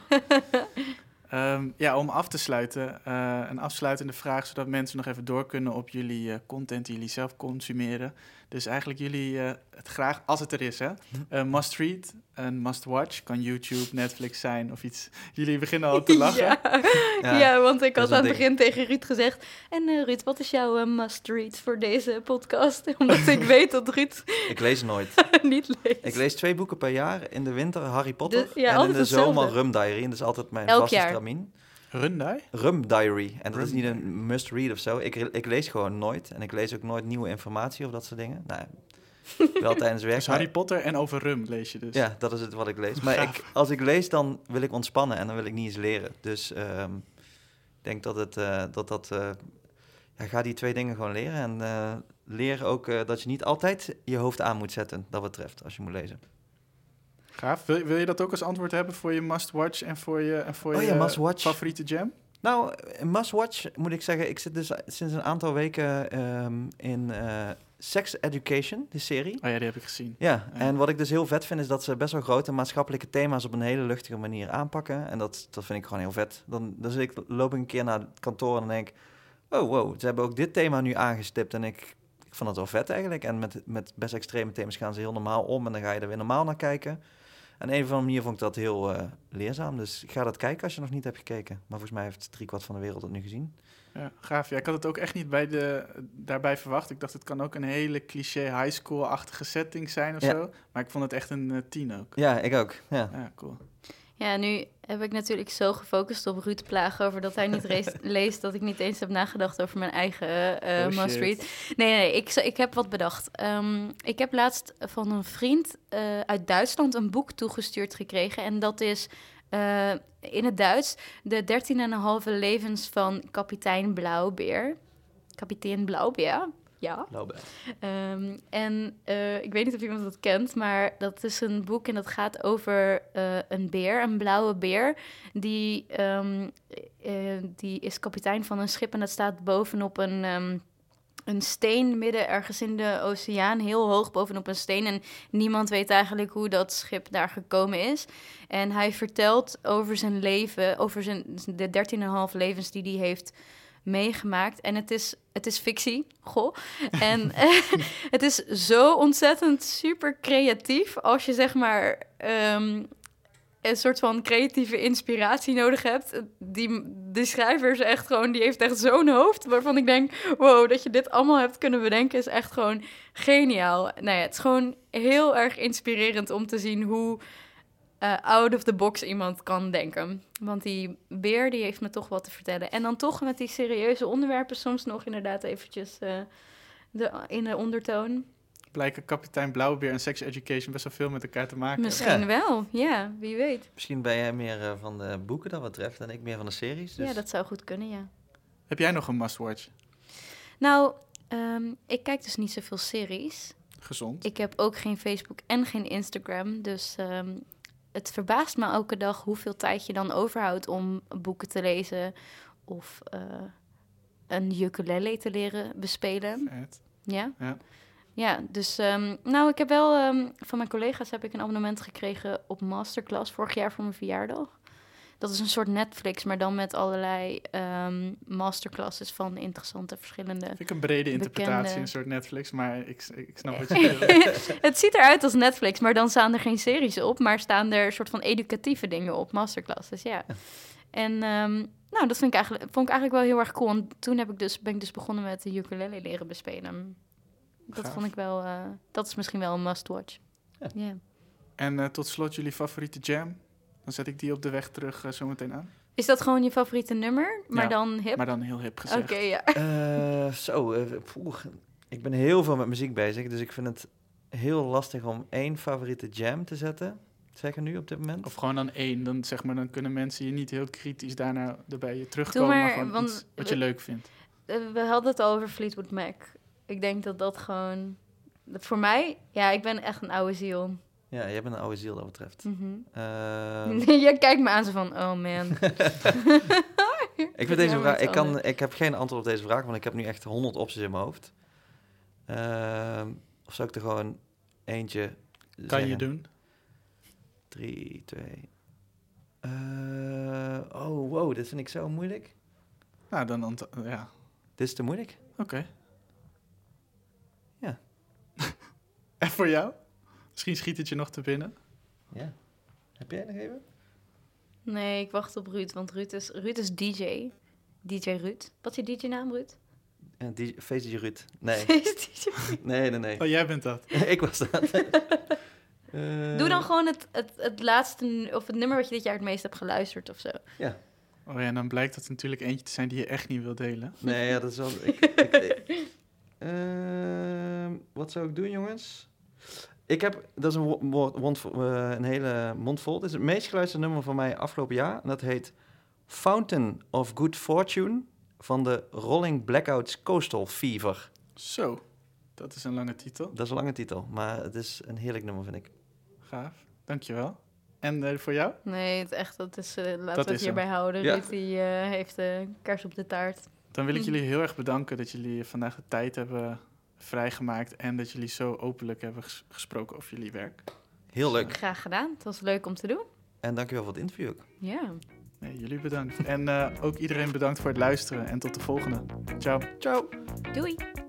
um, ja, om af te sluiten, uh, een afsluitende vraag, zodat mensen nog even door kunnen op jullie uh, content die jullie zelf consumeren. Dus eigenlijk jullie uh, het graag, als het er is, hè, uh, must read en must watch. Kan YouTube, Netflix zijn of iets. Jullie beginnen al te lachen. Ja, ja, ja want ik dat had aan het ding. begin tegen Ruud gezegd... En uh, Ruud, wat is jouw uh, must read voor deze podcast? Omdat ik weet dat Ruud Ik lees nooit. niet leest. Ik lees twee boeken per jaar. In de winter Harry Potter De, ja, en in altijd de zomer hetzelfde. Rum Diary. En dat is altijd mijn Elk vaste jaar. stramien. Rundai? Rum Diary. En dat Rum is niet een must-read of zo. Ik, ik lees gewoon nooit. En ik lees ook nooit nieuwe informatie of dat soort dingen. Nou, wel tijdens werk. Dus Harry Potter en over rum lees je dus. Ja, dat is het wat ik lees. Maar Gaaf. ik, als ik lees, dan wil ik ontspannen en dan wil ik niet eens leren. Dus um, ik denk dat het, uh, dat... dat uh, ja, ga die twee dingen gewoon leren. En uh, leer ook uh, dat je niet altijd je hoofd aan moet zetten, dat betreft, als je moet lezen. Gaaf. Wil, wil je dat ook als antwoord hebben voor je must-watch en voor je, en voor Oh je ja, must-watch. favoriete jam? Nou, een must-watch moet ik zeggen. Ik zit dus sinds een aantal weken um, in uh, Sex Education, die serie. Oh ja, die heb ik gezien. Ja, Ja. en wat ik dus heel vet vind, is dat ze best wel grote maatschappelijke thema's op een hele luchtige manier aanpakken. En dat, dat vind ik gewoon heel vet. Dan, dus ik loop een keer naar het kantoor en dan denk ik, oh wow, ze hebben ook dit thema nu aangestipt. En ik, ik vond het wel vet eigenlijk. En met, met best extreme thema's gaan ze heel normaal om en dan ga je er weer normaal naar kijken. En op een of andere manier vond ik dat heel uh, leerzaam. Dus ga dat kijken als je nog niet hebt gekeken. Maar volgens mij heeft driekwart van de wereld het nu gezien. Ja, gaaf. Ja, ik had het ook echt niet bij de, daarbij verwacht. Ik dacht, het kan ook een hele cliché high school-achtige setting zijn of Ja. zo. Maar ik vond het echt een uh, tien ook. Ja, ik ook. Ja. Ja, cool. Ja, nu heb ik natuurlijk zo gefocust op Ruud plagen over dat hij niet reest, leest, dat ik niet eens heb nagedacht over mijn eigen uh, Oh, must shit. read. Nee, nee, ik, ik heb wat bedacht. Um, ik heb laatst van een vriend uh, uit Duitsland een boek toegestuurd gekregen. En dat is uh, in het Duits de dertien en een halve levens van kapitein Blauwbeer. Kapitein Blauwbeer. Ja. Um, en uh, ik weet niet of iemand dat kent, maar dat is een boek en dat gaat over uh, een beer, een blauwe beer. Die, um, uh, die is kapitein van een schip en dat staat bovenop een, um, een steen midden ergens in de oceaan, heel hoog bovenop een steen. En niemand weet eigenlijk hoe dat schip daar gekomen is. En hij vertelt over zijn leven, over zijn, de dertien en een half levens die hij heeft meegemaakt. En het is, het is fictie, goh. En uh, het is zo ontzettend super creatief als je zeg maar um, een soort van creatieve inspiratie nodig hebt. Die, die schrijver is echt gewoon, die heeft echt zo'n hoofd waarvan ik denk, wow, dat je dit allemaal hebt kunnen bedenken is echt gewoon geniaal. Nou ja, het is gewoon heel erg inspirerend om te zien hoe uh, out of the box iemand kan denken. Want die beer, die heeft me toch wat te vertellen. En dan toch met die serieuze onderwerpen soms nog inderdaad eventjes uh, de, in de ondertoon. Blijken kapitein Blauwbeer en Sex Education best wel veel met elkaar te maken. Misschien Ja. wel, ja, wie weet. Misschien ben jij meer uh, van de boeken dat wat betreft en ik meer van de series. Dus... Ja, dat zou goed kunnen, ja. Heb jij nog een must-watch? Nou, um, ik kijk dus niet zoveel series. Gezond. Ik heb ook geen Facebook en geen Instagram. Dus um, het verbaast me elke dag hoeveel tijd je dan overhoudt om boeken te lezen of uh, een ukulele te leren bespelen. Vet. Ja? Ja. Ja, dus um, nou, ik heb wel um, van mijn collega's heb ik een abonnement gekregen op Masterclass vorig jaar voor mijn verjaardag. Dat is een soort Netflix, maar dan met allerlei um, masterclasses van interessante verschillende. Vind ik een brede interpretatie, bekende... een soort Netflix, maar ik, ik snap wat je bedoelt. Het ziet eruit als Netflix, maar dan staan er geen series op, maar staan er een soort van educatieve dingen op, masterclasses, ja. En um, nou, dat vind ik eigenlijk, vond ik eigenlijk wel heel erg cool. En toen heb ik dus, ben ik dus begonnen met de ukulele leren bespelen. Dat Gaaf. vond ik wel, uh, dat is misschien wel een must-watch. Ja. Yeah. En uh, tot slot jullie favoriete jam? Dan zet ik die op de weg terug uh, zometeen aan. Is dat gewoon je favoriete nummer, maar Ja, dan hip? Maar dan heel hip gezegd. Oké, okay, ja. Uh, zo, uh, poeh, ik ben heel veel met muziek bezig, dus ik vind het heel lastig om één favoriete jam te zetten. Zeggen nu op dit moment? Of gewoon dan één. Dan, zeg maar, dan kunnen mensen je niet heel kritisch daarna erbij je terugkomen, maar, maar gewoon want, iets wat je we, leuk vindt. We hadden het al over Fleetwood Mac. Ik denk dat dat gewoon... Dat voor mij... Ja, ik ben echt een oude ziel. Ja, jij bent een oude ziel dat betreft. Mm-hmm. Uh... Je kijkt me aan zo van, oh man. ik vind deze vraag... Ik, kan, ik heb geen antwoord op deze vraag, want ik heb nu echt honderd opties in mijn hoofd. Uh, of zou ik er gewoon eentje Kan zeggen? je doen. Drie, twee... Uh, oh, wow, dit vind ik zo moeilijk. Nou, dan... Ant- ja. Dit is te moeilijk? Oké. Okay. Ja. En voor jou? Misschien schiet het je nog te binnen. Ja. Heb jij nog even? Nee, ik wacht op Ruud, want Ruud is, Ruud is D J. D J Ruud. Wat is je D J-naam, Ruud? Uh, D J, Face D J Ruud. Nee. Face D J Ruud. Nee, nee, nee. Oh, jij bent dat. Ik was dat. uh... Doe dan gewoon het, het, het laatste, of het nummer wat je dit jaar het meest hebt geluisterd of zo. Ja. Oh ja, en dan blijkt dat natuurlijk eentje te zijn die je echt niet wil delen. Nee, ja, dat is wel... Ik, ik, ik, uh, wat zou ik doen, jongens? Ik heb... Dat is een, woord, wond, uh, een hele mond vol. Het is het meest geluisterde nummer van mij afgelopen jaar. En dat heet Fountain of Good Fortune van de Rolling Blackouts Coastal Fever. Zo, dat is een lange titel. Dat is een lange titel, maar het is een heerlijk nummer, vind ik. Gaaf, dankjewel. En uh, voor jou? Nee, het echt, dat is, uh, laten dat we het hierbij hem. houden. Ja. Ruud die uh, heeft de uh, kaars op de taart. Dan wil ik jullie heel erg bedanken dat jullie vandaag de tijd hebben vrijgemaakt en dat jullie zo openlijk hebben ges- gesproken over jullie werk. Heel leuk. Graag gedaan. Het was leuk om te doen. En dankjewel voor het interview ook. Ja. Nee, jullie bedankt. En uh, ook iedereen bedankt voor het luisteren en tot de volgende. Ciao. Ciao. Doei.